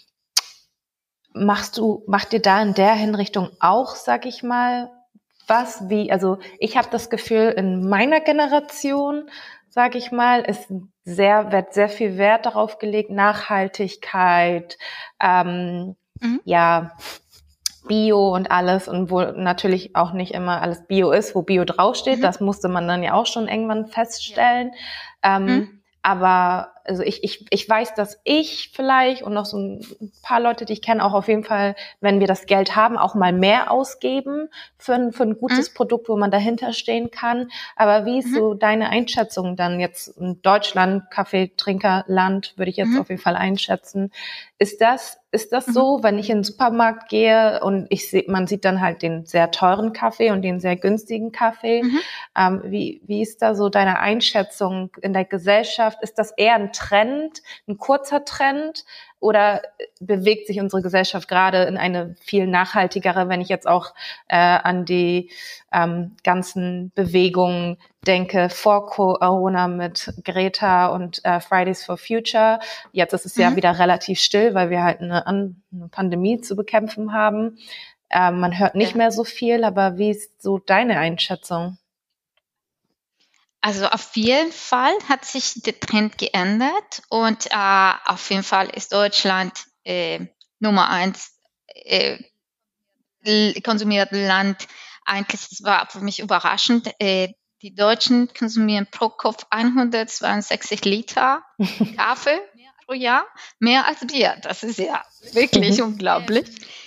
Machst du, macht ihr da in der Hinrichtung auch, sag ich mal, was, wie, also ich habe das Gefühl, in meiner Generation, sag ich mal, ist sehr, wird sehr viel Wert darauf gelegt, Nachhaltigkeit, ähm, mhm. ja, Bio und alles, und wo natürlich auch nicht immer alles Bio ist, wo Bio draufsteht, mhm. das musste man dann ja auch schon irgendwann feststellen. Ja. Ähm, mhm. Aber also ich, ich, ich weiß, dass ich vielleicht und noch so ein paar Leute, die ich kenne, auch auf jeden Fall, wenn wir das Geld haben, auch mal mehr ausgeben für ein, für ein gutes mhm. Produkt, wo man dahinter stehen kann. Aber wie ist mhm. so deine Einschätzung dann jetzt in Deutschland, Kaffeetrinkerland, würde ich jetzt mhm. auf jeden Fall einschätzen. Ist das, ist das mhm. so, wenn ich in den Supermarkt gehe und ich sehe, man sieht dann halt den sehr teuren Kaffee und den sehr günstigen Kaffee. Mhm. Ähm, wie, wie ist da so deine Einschätzung in der Gesellschaft? Ist das eher ein Trend, ein kurzer Trend, oder bewegt sich unsere Gesellschaft gerade in eine viel nachhaltigere, wenn ich jetzt auch äh, an die ähm, ganzen Bewegungen denke, vor Corona mit Greta und äh, Fridays for Future. Jetzt ist es mhm. ja wieder relativ still, weil wir halt eine, eine Pandemie zu bekämpfen haben. Äh, man hört nicht ja. mehr so viel, aber wie ist so deine Einschätzung? Also auf jeden Fall hat sich der Trend geändert und äh, auf jeden Fall ist Deutschland äh, Nummer eins äh, konsumierte Land. Eigentlich, das war für mich überraschend. Äh, die Deutschen konsumieren pro Kopf hundertzweiundsechzig Liter Kaffee pro Jahr, mehr als wir. Das ist ja wirklich mhm. unglaublich.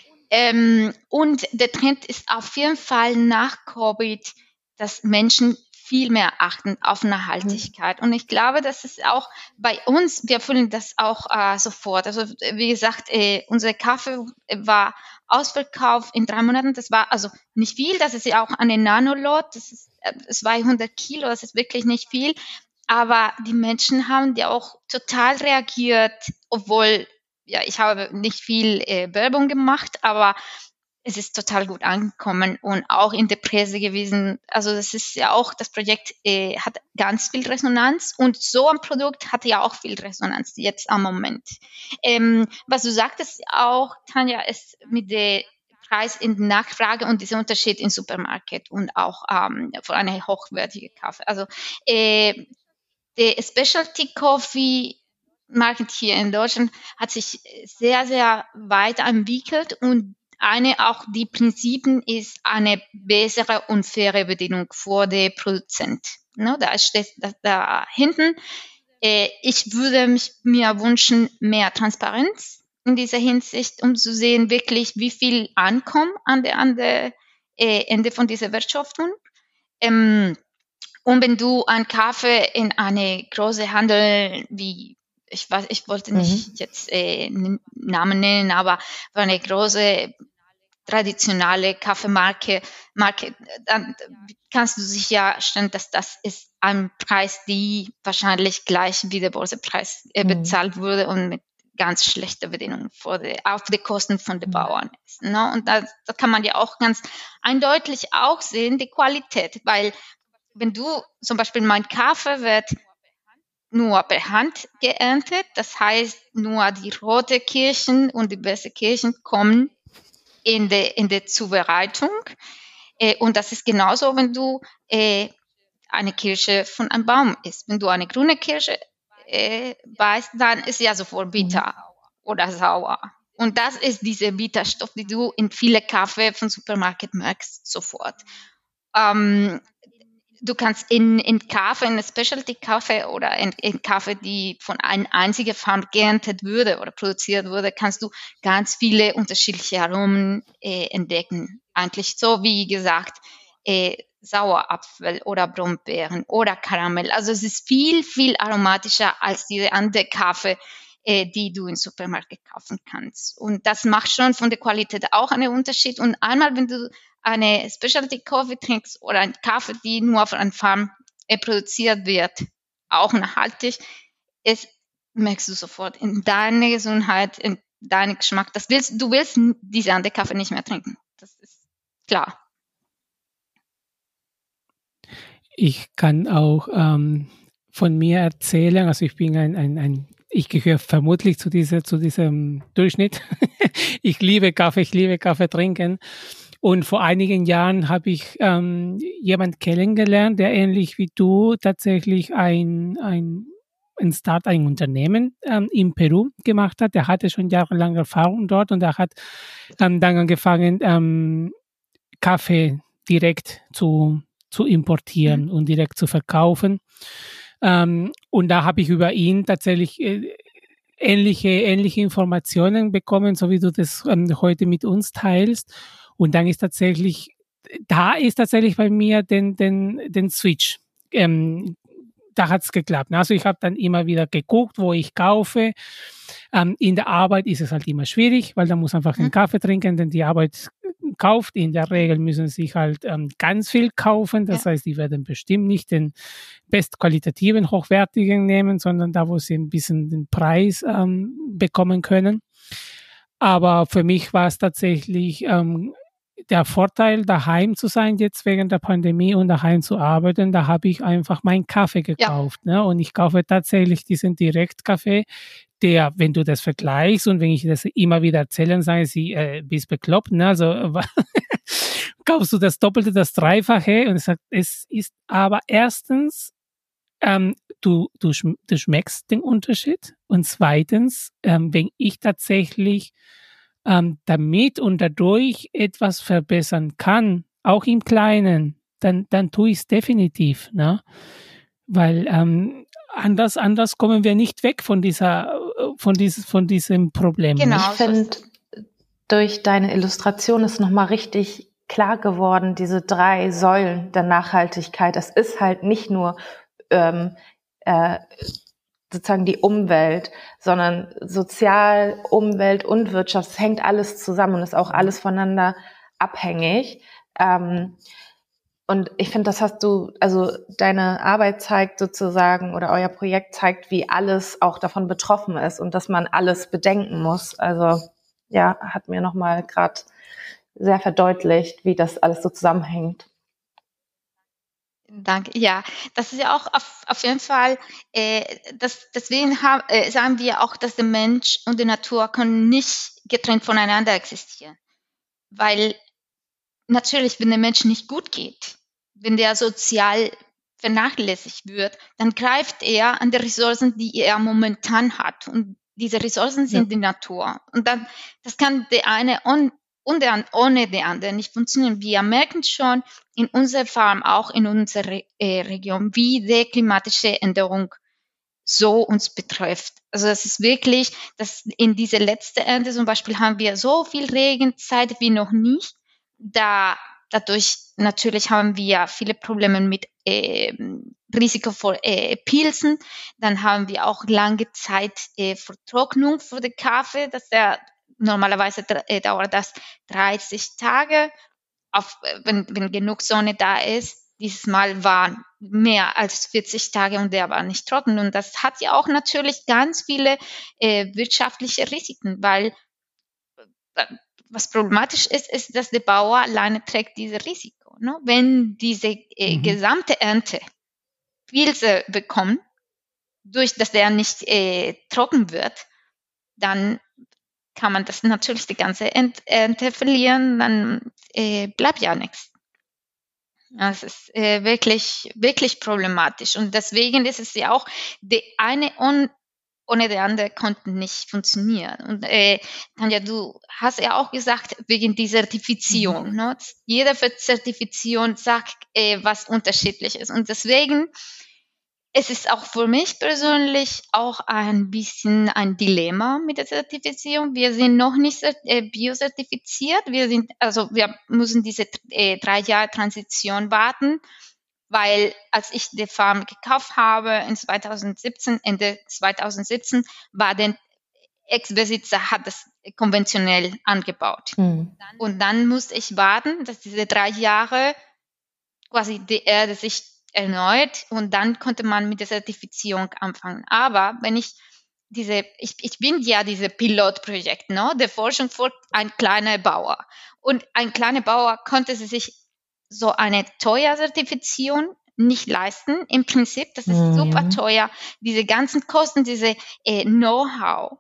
Ähm, und der Trend ist auf jeden Fall nach Covid, dass Menschen viel mehr achten auf Nachhaltigkeit. Und ich glaube, das ist auch bei uns, wir fühlen das auch äh, sofort. Also wie gesagt, äh, unser Kaffee war ausverkauft in drei Monaten. Das war also nicht viel, das ist ja auch eine Nanolot, das ist äh, zweihundert Kilo, das ist wirklich nicht viel. Aber die Menschen haben ja auch total reagiert, obwohl, ja, ich habe nicht viel äh, Werbung gemacht, aber es ist total gut angekommen und auch in der Presse gewesen. Also das ist ja auch, das Projekt äh, hat ganz viel Resonanz und so ein Produkt hat ja auch viel Resonanz jetzt am Moment. Ähm, was du sagtest auch, Tanja, ist mit der Preis in der Nachfrage und dieser Unterschied im Supermarkt und auch ähm, für eine hochwertige Kaffee. Also äh, der Specialty Coffee Market hier in Deutschland hat sich sehr, sehr weiterentwickelt und eine auch die Prinzipien ist eine bessere und faire Bedingung für den Produzent. Ne, da steht da, da hinten. Äh, ich würde mich, mir wünschen, mehr Transparenz in dieser Hinsicht, um zu sehen, wirklich, wie viel ankommt an der, an der äh, Ende von dieser Wertschöpfung. Ähm, und wenn du einen Kaffee in eine große Handel wie ich weiß, ich wollte nicht mhm. jetzt äh, Namen nennen, aber für eine große traditionelle Kaffeemarke, Marke, dann kannst du sicher stellen, dass das ist ein Preis, die wahrscheinlich gleich wie der Börsepreis äh, bezahlt mhm. wurde und mit ganz schlechter Bedingungen vor die, auf die Kosten von den Bauern ist. Ne? Und da, da kann man ja auch ganz eindeutig auch sehen, die Qualität, weil wenn du zum Beispiel mein Kaffee wird nur per Hand geerntet, das heißt nur die rote Kirschen und die weiße Kirschen kommen in der in der Zubereitung äh, und das ist genauso, wenn du äh, eine Kirsche von einem Baum isst. Wenn du eine grüne Kirsche äh, beißt, dann ist sie ja sofort bitter oder sauer. Und das ist dieser Bitterstoff, die du in viele Kaffee vom Supermarkt merkst sofort. Ähm, Du kannst in, in Kaffee, in Specialty-Kaffee oder in, in Kaffee, die von einer einzigen Farm geerntet würde oder produziert wurde, kannst du ganz viele unterschiedliche Aromen äh, entdecken. Eigentlich so wie gesagt, äh, Sauerapfel oder Brombeeren oder Karamell. Also es ist viel, viel aromatischer als diese andere Kaffee, äh, die du im Supermarkt kaufen kannst. Und das macht schon von der Qualität auch einen Unterschied. Und einmal, wenn du eine Specialty Coffee trinkst oder einen Kaffee, die nur von einer Farm äh, produziert wird, auch nachhaltig, ist, merkst du sofort in deiner Gesundheit, in deinem Geschmack. Das willst, du willst diese andere Kaffee nicht mehr trinken. Das ist klar. Ich kann auch ähm, von mir erzählen, also ich bin ein, ein, ein ich gehöre vermutlich zu, dieser, zu diesem Durchschnitt. Ich liebe Kaffee, ich liebe Kaffee trinken. Und vor einigen Jahren habe ich ähm, jemanden kennengelernt, der ähnlich wie du tatsächlich ein, ein, ein Start, ein Unternehmen ähm, in Peru gemacht hat. Der hatte schon jahrelang Erfahrung dort und er hat ähm, dann angefangen, ähm, Kaffee direkt zu, zu importieren mhm. und direkt zu verkaufen. Ähm, und da habe ich über ihn tatsächlich äh, ähnliche, ähnliche Informationen bekommen, so wie du das ähm, heute mit uns teilst. Und dann ist tatsächlich, da ist tatsächlich bei mir den, den, den Switch. Ähm, da hat's geklappt. Also ich habe dann immer wieder geguckt, wo ich kaufe. Ähm, in der Arbeit ist es halt immer schwierig, weil da muss einfach einen Kaffee trinken, denn die Arbeit kauft. In der Regel müssen sie sich halt ähm, ganz viel kaufen. Das ja. heißt, die werden bestimmt nicht den bestqualitativen, hochwertigen nehmen, sondern da, wo sie ein bisschen den Preis ähm, bekommen können. Aber für mich war es tatsächlich ähm, der Vorteil, daheim zu sein jetzt wegen der Pandemie und daheim zu arbeiten. Da habe ich einfach meinen Kaffee gekauft. Ja. Ne? Und ich kaufe tatsächlich diesen Direktkaffee, der, wenn du das vergleichst und wenn ich das immer wieder erzählen sage, sie äh, bist bekloppt, ne? Also kaufst du das Doppelte, das Dreifache und es sagt, es ist aber erstens ähm, du, du, schm- du schmeckst den Unterschied. Und zweitens, ähm, wenn ich tatsächlich ähm, damit und dadurch etwas verbessern kann, auch im Kleinen, dann, dann tue ich es definitiv, ne? Weil ähm, anders, anders kommen wir nicht weg von dieser, äh, von dieses, von diesem Problem. Ich Ne? Genau, so ist finde, das. durch deine Illustration ist nochmal richtig klar geworden, diese drei Säulen der Nachhaltigkeit. Es ist halt nicht nur ähm, äh, sozusagen die Umwelt, sondern Sozial, Umwelt und Wirtschaft, es hängt alles zusammen und ist auch alles voneinander abhängig. Ähm, und ich finde, das hast du, also deine Arbeit zeigt sozusagen oder euer Projekt zeigt, wie alles auch davon betroffen ist und dass man alles bedenken muss. Also ja, hat mir nochmal gerade sehr verdeutlicht, wie das alles so zusammenhängt. Danke. Ja, das ist ja auch auf, auf jeden Fall, äh, das, deswegen haben, äh, sagen wir auch, dass der Mensch und die Natur können nicht getrennt voneinander existieren. Weil natürlich, wenn der Mensch nicht gut geht, wenn der sozial vernachlässigt wird, dann greift er an die Ressourcen, die er momentan hat. Und diese Ressourcen sind Ja. die Natur. Und dann, das kann der eine und, und der, ohne der andere nicht funktionieren. Wir merken schon in unserer Farm, auch in unserer Re äh, Region, wie sehr klimatische Änderung so uns betrifft. Also das ist wirklich, dass in dieser letzten Ernte zum Beispiel haben wir so viel Regenzeit wie noch nie. Da, dadurch natürlich haben wir viele Probleme mit äh, Risiko vor äh, Pilzen. Dann haben wir auch lange Zeit äh, Vertrocknung für den Kaffee. Das der, normalerweise äh, dauert das dreißig Tage, auf, wenn, wenn genug Sonne da ist. Dieses Mal war mehr als vierzig Tage und der war nicht trocken. Und das hat ja auch natürlich ganz viele äh, wirtschaftliche Risiken, weil äh, was problematisch ist, ist, dass der Bauer alleine trägt dieses Risiko. Ne? Wenn diese äh, Mhm. gesamte Ernte Pilze bekommt, durch dass der nicht äh, trocken wird, dann kann man das natürlich die ganze Ernte verlieren, dann äh, bleibt ja nichts. Das ist äh, wirklich, wirklich problematisch. Und deswegen ist es ja auch, die eine und ohne die andere konnten nicht funktionieren. Und äh, Tanja, du hast ja auch gesagt, wegen die Zertifizierung. Mhm. Ne? Jede Zertifizierung sagt äh, was Unterschiedliches. Und deswegen es ist auch für mich persönlich auch ein bisschen ein Dilemma mit der Zertifizierung. Wir sind noch nicht äh, biozertifiziert. Wir sind, also wir müssen diese äh, drei Jahre Transition warten, weil als ich die Farm gekauft habe in zweitausendsiebzehn, Ende zweitausendsiebzehn, war der Ex-Besitzer hat das konventionell angebaut. Mhm. Und dann musste ich warten, dass diese drei Jahre quasi die Erde sich erneut und dann konnte man mit der Zertifizierung anfangen. Aber wenn ich diese, ich, ich bin ja diese Pilotprojekt, ne, der Forschung für ein kleiner Bauer. Und ein kleiner Bauer konnte sich so eine teure Zertifizierung nicht leisten. Im Prinzip, das ist Mhm. super teuer. Diese ganzen Kosten, diese äh, Know-how,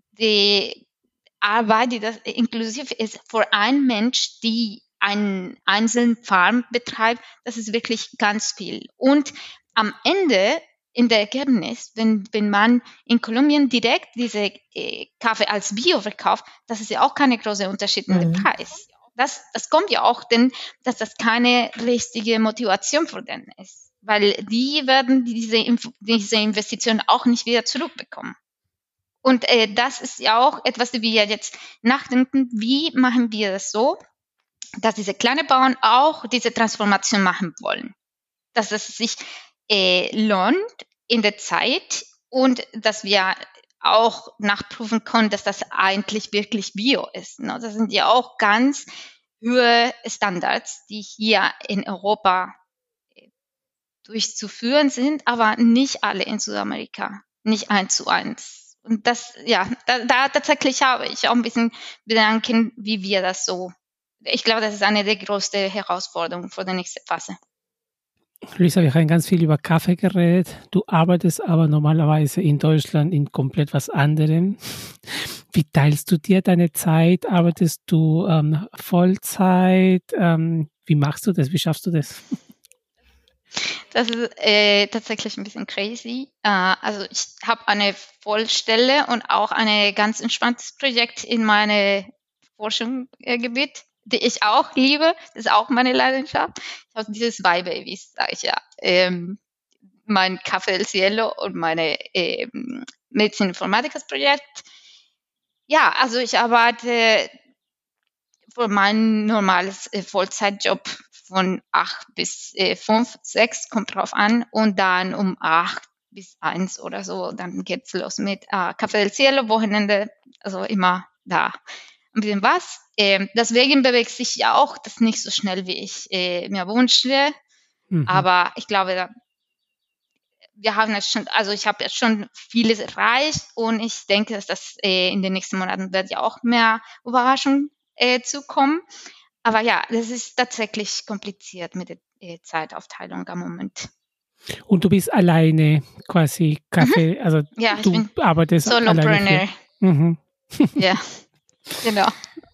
die Arbeit, die das inklusiv ist für einen Mensch, die einen einzelnen Farm betreibt, das ist wirklich ganz viel. Und am Ende, in der Ergebnis, wenn, wenn man in Kolumbien direkt diese äh, Kaffee als Bio verkauft, das ist ja auch keine große Unterschied in Mhm. dem Preis. Das, das kommt ja auch, denn dass das keine richtige Motivation für den ist, weil die werden diese, diese Investition auch nicht wieder zurückbekommen. Und äh, das ist ja auch etwas, wie wir jetzt nachdenken, wie machen wir das so, dass diese kleinen Bauern auch diese Transformation machen wollen. Dass es sich äh, lohnt in der Zeit und dass wir auch nachprüfen können, dass das eigentlich wirklich Bio ist. Ne? Das sind ja auch ganz hohe Standards, die hier in Europa äh, durchzuführen sind, aber nicht alle in Südamerika, nicht eins zu eins. Und das, ja, da, da tatsächlich habe ich auch ein bisschen Bedenken, wie wir das so. Ich glaube, das ist eine der größten Herausforderungen für die nächste Phase. Luisa, wir haben ganz viel über Kaffee geredet. Du arbeitest aber normalerweise in Deutschland in komplett was anderem. Wie teilst du dir deine Zeit? Arbeitest du ähm, Vollzeit? Ähm, wie machst du das? Wie schaffst du das? Das ist äh, tatsächlich ein bisschen crazy. Äh, also ich habe eine Vollstelle und auch ein ganz entspanntes Projekt in meinem Forschungsgebiet, die ich auch liebe. Das ist auch meine Leidenschaft. Ich habe dieses Y-Babies, sage ich ja. Ähm, mein Café El Cielo und meine ähm, Medizin-Informatikas-Projekt. Ja, also ich arbeite für mein normales äh, Vollzeitjob von acht bis äh, fünf, sechs, kommt drauf an. Und dann um acht bis eins oder so, dann geht's los mit äh, Café del Cielo, Wochenende, also immer da ein bisschen was. Ähm, deswegen bewegt sich ja auch das nicht so schnell, wie ich äh, mir wünsche. Mhm. Aber ich glaube, da, wir haben jetzt schon, also ich habe jetzt schon vieles erreicht und ich denke, dass das äh, in den nächsten Monaten wird ja auch mehr Überraschung äh, zukommen. Aber ja, das ist tatsächlich kompliziert mit der äh, Zeitaufteilung am Moment. Und du bist alleine quasi Kaffee, also Ja, ich du bin arbeitest alleine Solopreneur. für. Mhm. Ja, genau.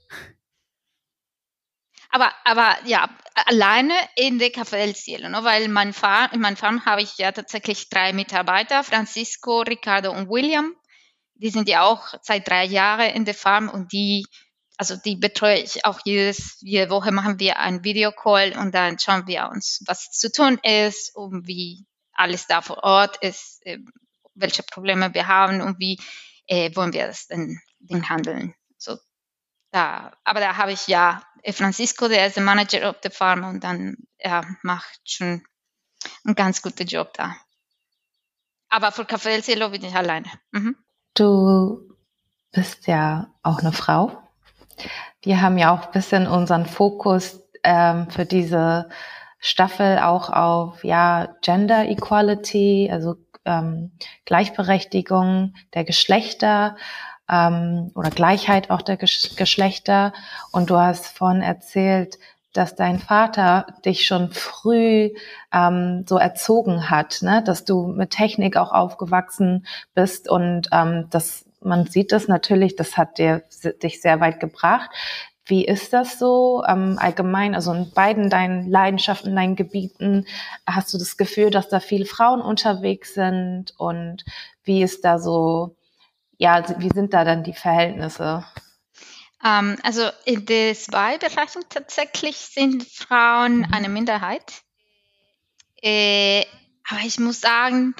Aber, aber ja, alleine in der Café del Cielo, ne? Weil mein Farm, in meiner Farm habe ich ja tatsächlich drei Mitarbeiter, Francisco, Ricardo und William. Die sind ja auch seit drei Jahren in der Farm und die, also die betreue ich auch jedes, jede Woche machen wir einen Videocall und dann schauen wir uns, was zu tun ist und wie alles da vor Ort ist, äh, welche Probleme wir haben und wie äh, wollen wir das denn, denn handeln. So, da, aber da habe ich ja äh, Francisco, der ist der Manager of the Farm und dann er macht schon einen ganz guten Job da. Aber für Café del Cielo bin ich alleine. Mhm. Du bist ja auch eine Frau. Wir haben ja auch ein bisschen unseren Fokus ähm, für diese Staffel auch auf ja Gender Equality, also ähm, Gleichberechtigung der Geschlechter ähm, oder Gleichheit auch der Gesch- Geschlechter. Und du hast vorhin erzählt, dass dein Vater dich schon früh ähm, so erzogen hat, ne? Dass du mit Technik auch aufgewachsen bist und ähm, das, man sieht das natürlich, das hat dir, dich sehr weit gebracht. Wie ist das so ähm, allgemein, also in beiden deinen Leidenschaften, deinen Gebieten, hast du das Gefühl, dass da viele Frauen unterwegs sind und wie ist da so, ja, wie sind da dann die Verhältnisse? Ähm, also in den zwei Bereichen tatsächlich sind Frauen eine Minderheit. Äh, aber ich muss sagen,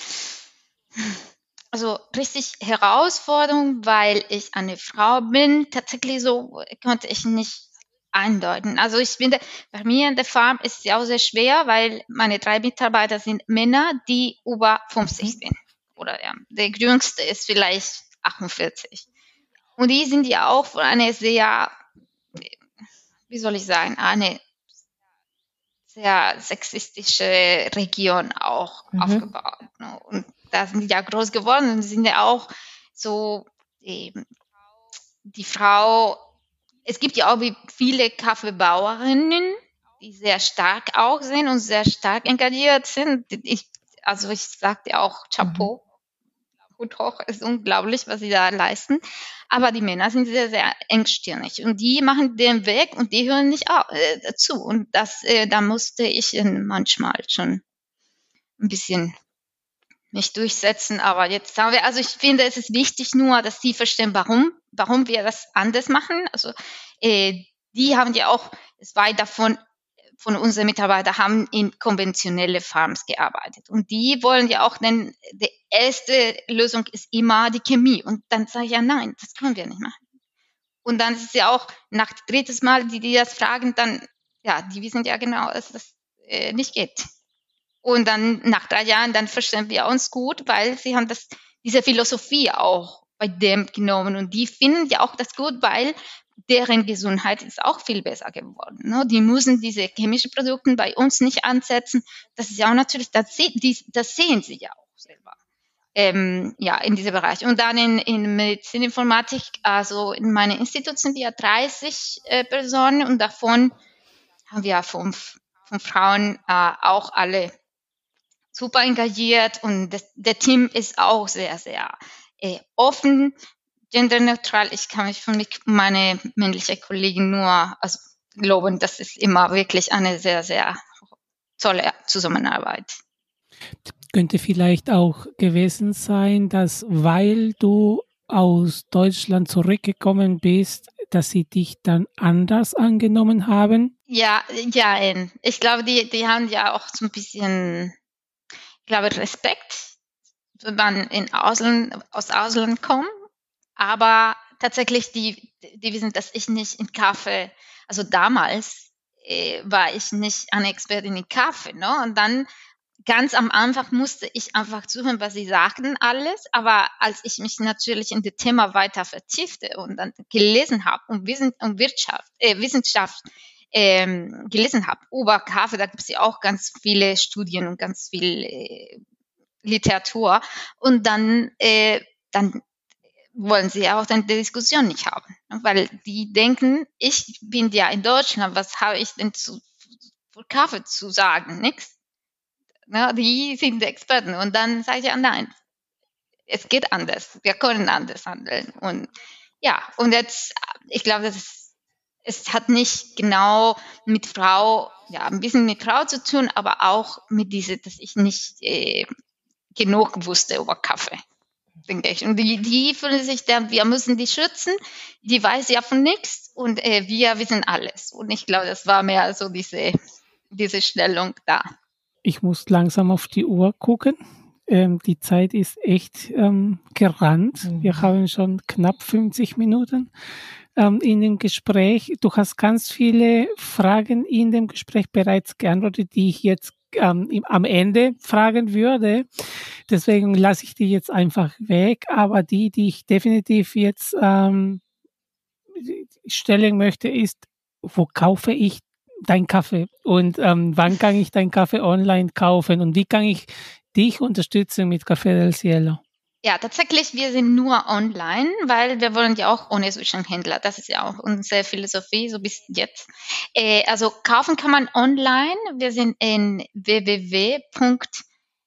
also richtig Herausforderung, weil ich eine Frau bin, tatsächlich so konnte ich nicht andeuten. Also ich finde, bei mir in der Farm ist es ja auch sehr schwer, weil meine drei Mitarbeiter sind Männer, die über fünfzig sind. Oder ja, der jüngste ist vielleicht achtundvierzig. Und die sind ja auch von einer sehr, wie soll ich sagen, eine sehr sexistische Region auch Mhm. aufgebaut. Ne? Und da sind die ja groß geworden und sind ja auch so eben die Frau, es gibt ja auch wie viele Kaffeebauerinnen, die sehr stark auch sind und sehr stark engagiert sind. Ich, also ich sagte auch Chapeau. Hut hoch, ist unglaublich, was sie da leisten. Aber die Männer sind sehr, sehr engstirnig und die machen den Weg und die hören nicht au- äh, zu. Und das, äh, da musste ich äh, manchmal schon ein bisschen mich durchsetzen. Aber jetzt haben wir, also ich finde, es ist wichtig nur, dass sie verstehen, warum, warum wir das anders machen. Also äh, die haben ja auch, es war davon, von unseren Mitarbeitern haben in konventionelle Farms gearbeitet. Und die wollen ja auch, denn die erste Lösung ist immer die Chemie. Und dann sage ich ja, nein, das können wir nicht machen. Und dann ist es ja auch nach drittes Mal, die, die das fragen, dann, ja, die wissen ja genau, dass das äh, nicht geht. Und dann nach drei Jahren, dann verstehen wir uns gut, weil sie haben das, diese Philosophie auch bei dem genommen. Und die finden ja auch das gut, weil deren Gesundheit ist auch viel besser geworden. Ne? Die müssen diese chemischen Produkte bei uns nicht ansetzen. Das ist ja auch natürlich, das, die, das sehen sie ja auch selber. Ähm, ja, in diesem Bereich. Und dann in, in Medizininformatik, also in meinem Institut sind wir dreißig äh, Personen und davon haben wir fünf, fünf Frauen, äh, auch alle super engagiert und das, der Team ist auch sehr, sehr äh, offen, genderneutral. Ich kann mich von meine männliche Kollegin nur also, loben, das ist immer wirklich eine sehr, sehr tolle Zusammenarbeit. Könnte vielleicht auch gewesen sein, dass weil du aus Deutschland zurückgekommen bist, dass sie dich dann anders angenommen haben? Ja, ja, ähm, ich glaube, die, die haben ja auch so ein bisschen, ich glaube, Respekt, wenn man in Ausland, aus Ausland kommt. Aber tatsächlich, die, die wissen, dass ich nicht in Kaffee, also damals äh, war ich nicht eine Expertin in Kaffee, ne? Und dann ganz am Anfang musste ich einfach zuhören, was sie sagten, alles. Aber als ich mich natürlich in das Thema weiter vertiefte und dann gelesen habe und Wissen und Wirtschaft, äh, Wissenschaft ähm, gelesen habe über Kaffee, da gibt es ja auch ganz viele Studien und ganz viel äh, Literatur. Und dann, äh, dann wollen sie auch dann die Diskussion nicht haben. Weil die denken, ich bin ja in Deutschland, was habe ich denn zu für Kaffee zu sagen? Nix. Ja, die sind die Experten. Und dann sage ich ja, nein, es geht anders. Wir können anders handeln. Und ja, und jetzt, ich glaube, das ist, es hat nicht genau mit Frau, ja, ein bisschen mit Frau zu tun, aber auch mit diese, dass ich nicht äh, genug wusste über Kaffee, denke ich. Und die, die fühlen sich da, wir müssen die schützen, die weiß ja von nichts und äh, wir wissen alles. Und ich glaube, das war mehr so diese, diese Stellung da. Ich muss langsam auf die Uhr gucken. Ähm, die Zeit ist echt ähm, gerannt. Mhm. Wir haben schon knapp fünfzig Minuten ähm, in dem Gespräch. Du hast ganz viele Fragen in dem Gespräch bereits geantwortet, die ich jetzt ähm, im, am Ende fragen würde. Deswegen lasse ich die jetzt einfach weg. Aber die, die ich definitiv jetzt ähm, stellen möchte, ist, wo kaufe ich dein Kaffee und ähm, wann kann ich deinen Kaffee online kaufen und wie kann ich dich unterstützen mit Café del Cielo? Ja, tatsächlich, wir sind nur online, weil wir wollen ja auch ohne Zwischenhändler. Das ist ja auch unsere Philosophie, so bis jetzt. Äh, also kaufen kann man online. Wir sind in w w w punkt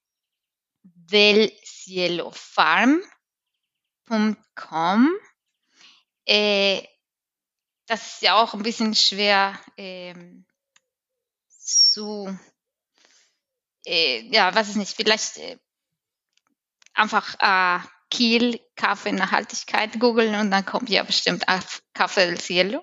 del cielo farm punkt com. Äh, das ist ja auch ein bisschen schwer ähm, zu, äh, ja, weiß ich nicht, vielleicht äh, einfach äh, Kiel, Kaffee, Nachhaltigkeit googeln und dann kommt ja bestimmt auf Café del Cielo.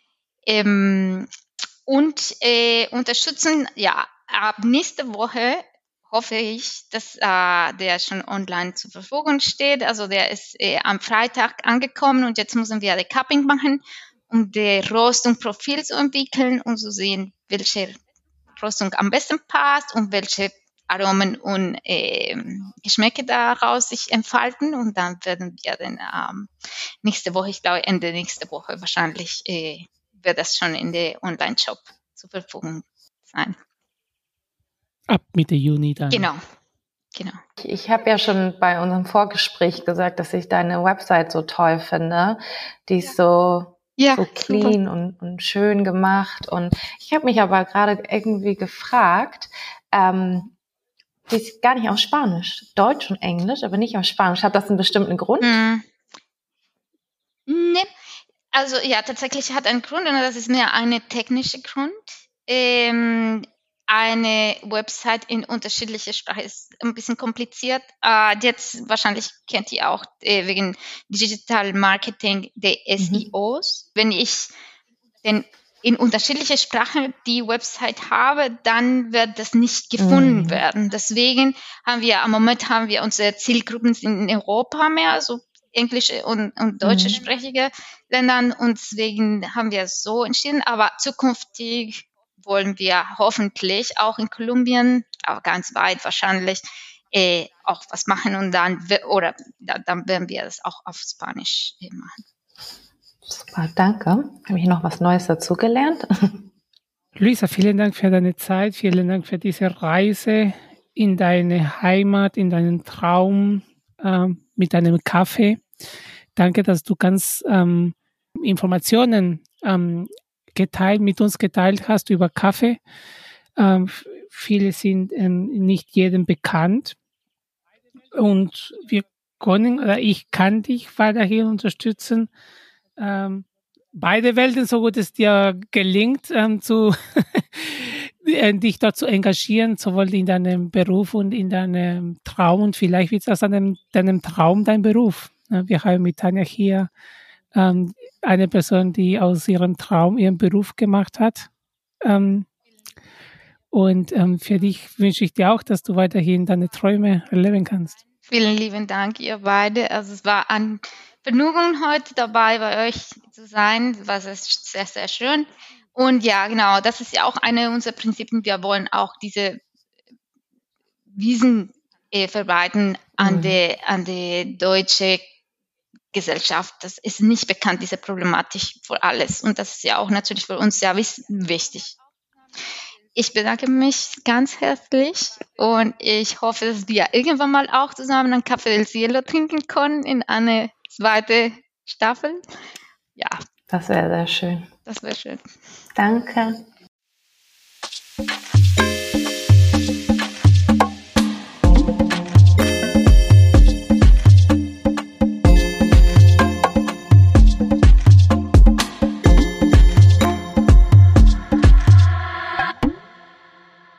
Ähm, und äh, unterstützen, ja, ab nächste Woche hoffe ich, dass äh, der schon online zur Verfügung steht. Also der ist äh, am Freitag angekommen und jetzt müssen wir die Cupping machen, um die Röstungsprofil zu entwickeln und zu sehen, welche Röstung am besten passt und welche Aromen und äh, Geschmäcke daraus sich entfalten. Und dann werden wir dann ähm, nächste Woche, ich glaube Ende nächste Woche wahrscheinlich, äh, wird das schon in der Online-Shop zur Verfügung sein. Ab Mitte Juni dann. Genau. Genau. Ich habe ja schon bei unserem Vorgespräch gesagt, dass ich deine Website so toll finde. Die ist so, ja, so clean und, und schön gemacht. Und ich habe mich aber gerade irgendwie gefragt, ähm, die ist gar nicht auf Spanisch, Deutsch und Englisch, aber nicht auf Spanisch. Hat das einen bestimmten Grund? Mm. Nee. Also ja, tatsächlich hat einen Grund, und das ist mehr eine technische Grund. Ähm, eine Website in unterschiedliche Sprachen ist ein bisschen kompliziert. Äh, jetzt wahrscheinlich kennt ihr auch äh, wegen Digital Marketing der S E Os. Mhm. Wenn ich den in unterschiedliche Sprachen die Website habe, dann wird das nicht gefunden mm. werden. Deswegen haben wir, am Moment haben wir unsere Zielgruppen in Europa mehr, also englische und, und deutsche mm. sprechige Ländern, und deswegen haben wir es so entschieden. Aber zukünftig wollen wir hoffentlich auch in Kolumbien, aber ganz weit wahrscheinlich, äh, auch was machen und dann, oder dann werden wir das auch auf Spanisch äh, machen. Super, danke. Habe ich noch was Neues dazugelernt? Luisa, vielen Dank für deine Zeit, vielen Dank für diese Reise in deine Heimat, in deinen Traum äh, mit deinem Kaffee. Danke, dass du ganz ähm, Informationen ähm, geteilt, mit uns geteilt hast über Kaffee. Ähm, viele sind ähm, nicht jedem bekannt und wir können, oder ich kann dich weiterhin unterstützen, Ähm, beide Welten, so gut es dir gelingt, ähm, zu äh, dich dort zu engagieren, sowohl in deinem Beruf und in deinem Traum. Und vielleicht wird aus deinem, deinem Traum dein Beruf. Ja, wir haben mit Tanja hier ähm, eine Person, die aus ihrem Traum ihren Beruf gemacht hat. Ähm, und ähm, für dich wünsche ich dir auch, dass du weiterhin deine Träume erleben kannst. Vielen lieben Dank, ihr beide. Also es war ein Vergnügen, heute dabei bei euch zu sein. Es war sehr, sehr schön. Und ja, genau, das ist ja auch eine unserer Prinzipien. Wir wollen auch diese Wissen äh, verbreiten an Mhm. die, an die deutsche Gesellschaft. Das ist nicht bekannt, diese Problematik für alles. Und das ist ja auch natürlich für uns sehr wichtig. Ich bedanke mich ganz herzlich und ich hoffe, dass wir irgendwann mal auch zusammen einen Kaffee del Cielo trinken können in eine zweite Staffel. Ja. Das wäre sehr schön. Das wäre schön. Danke.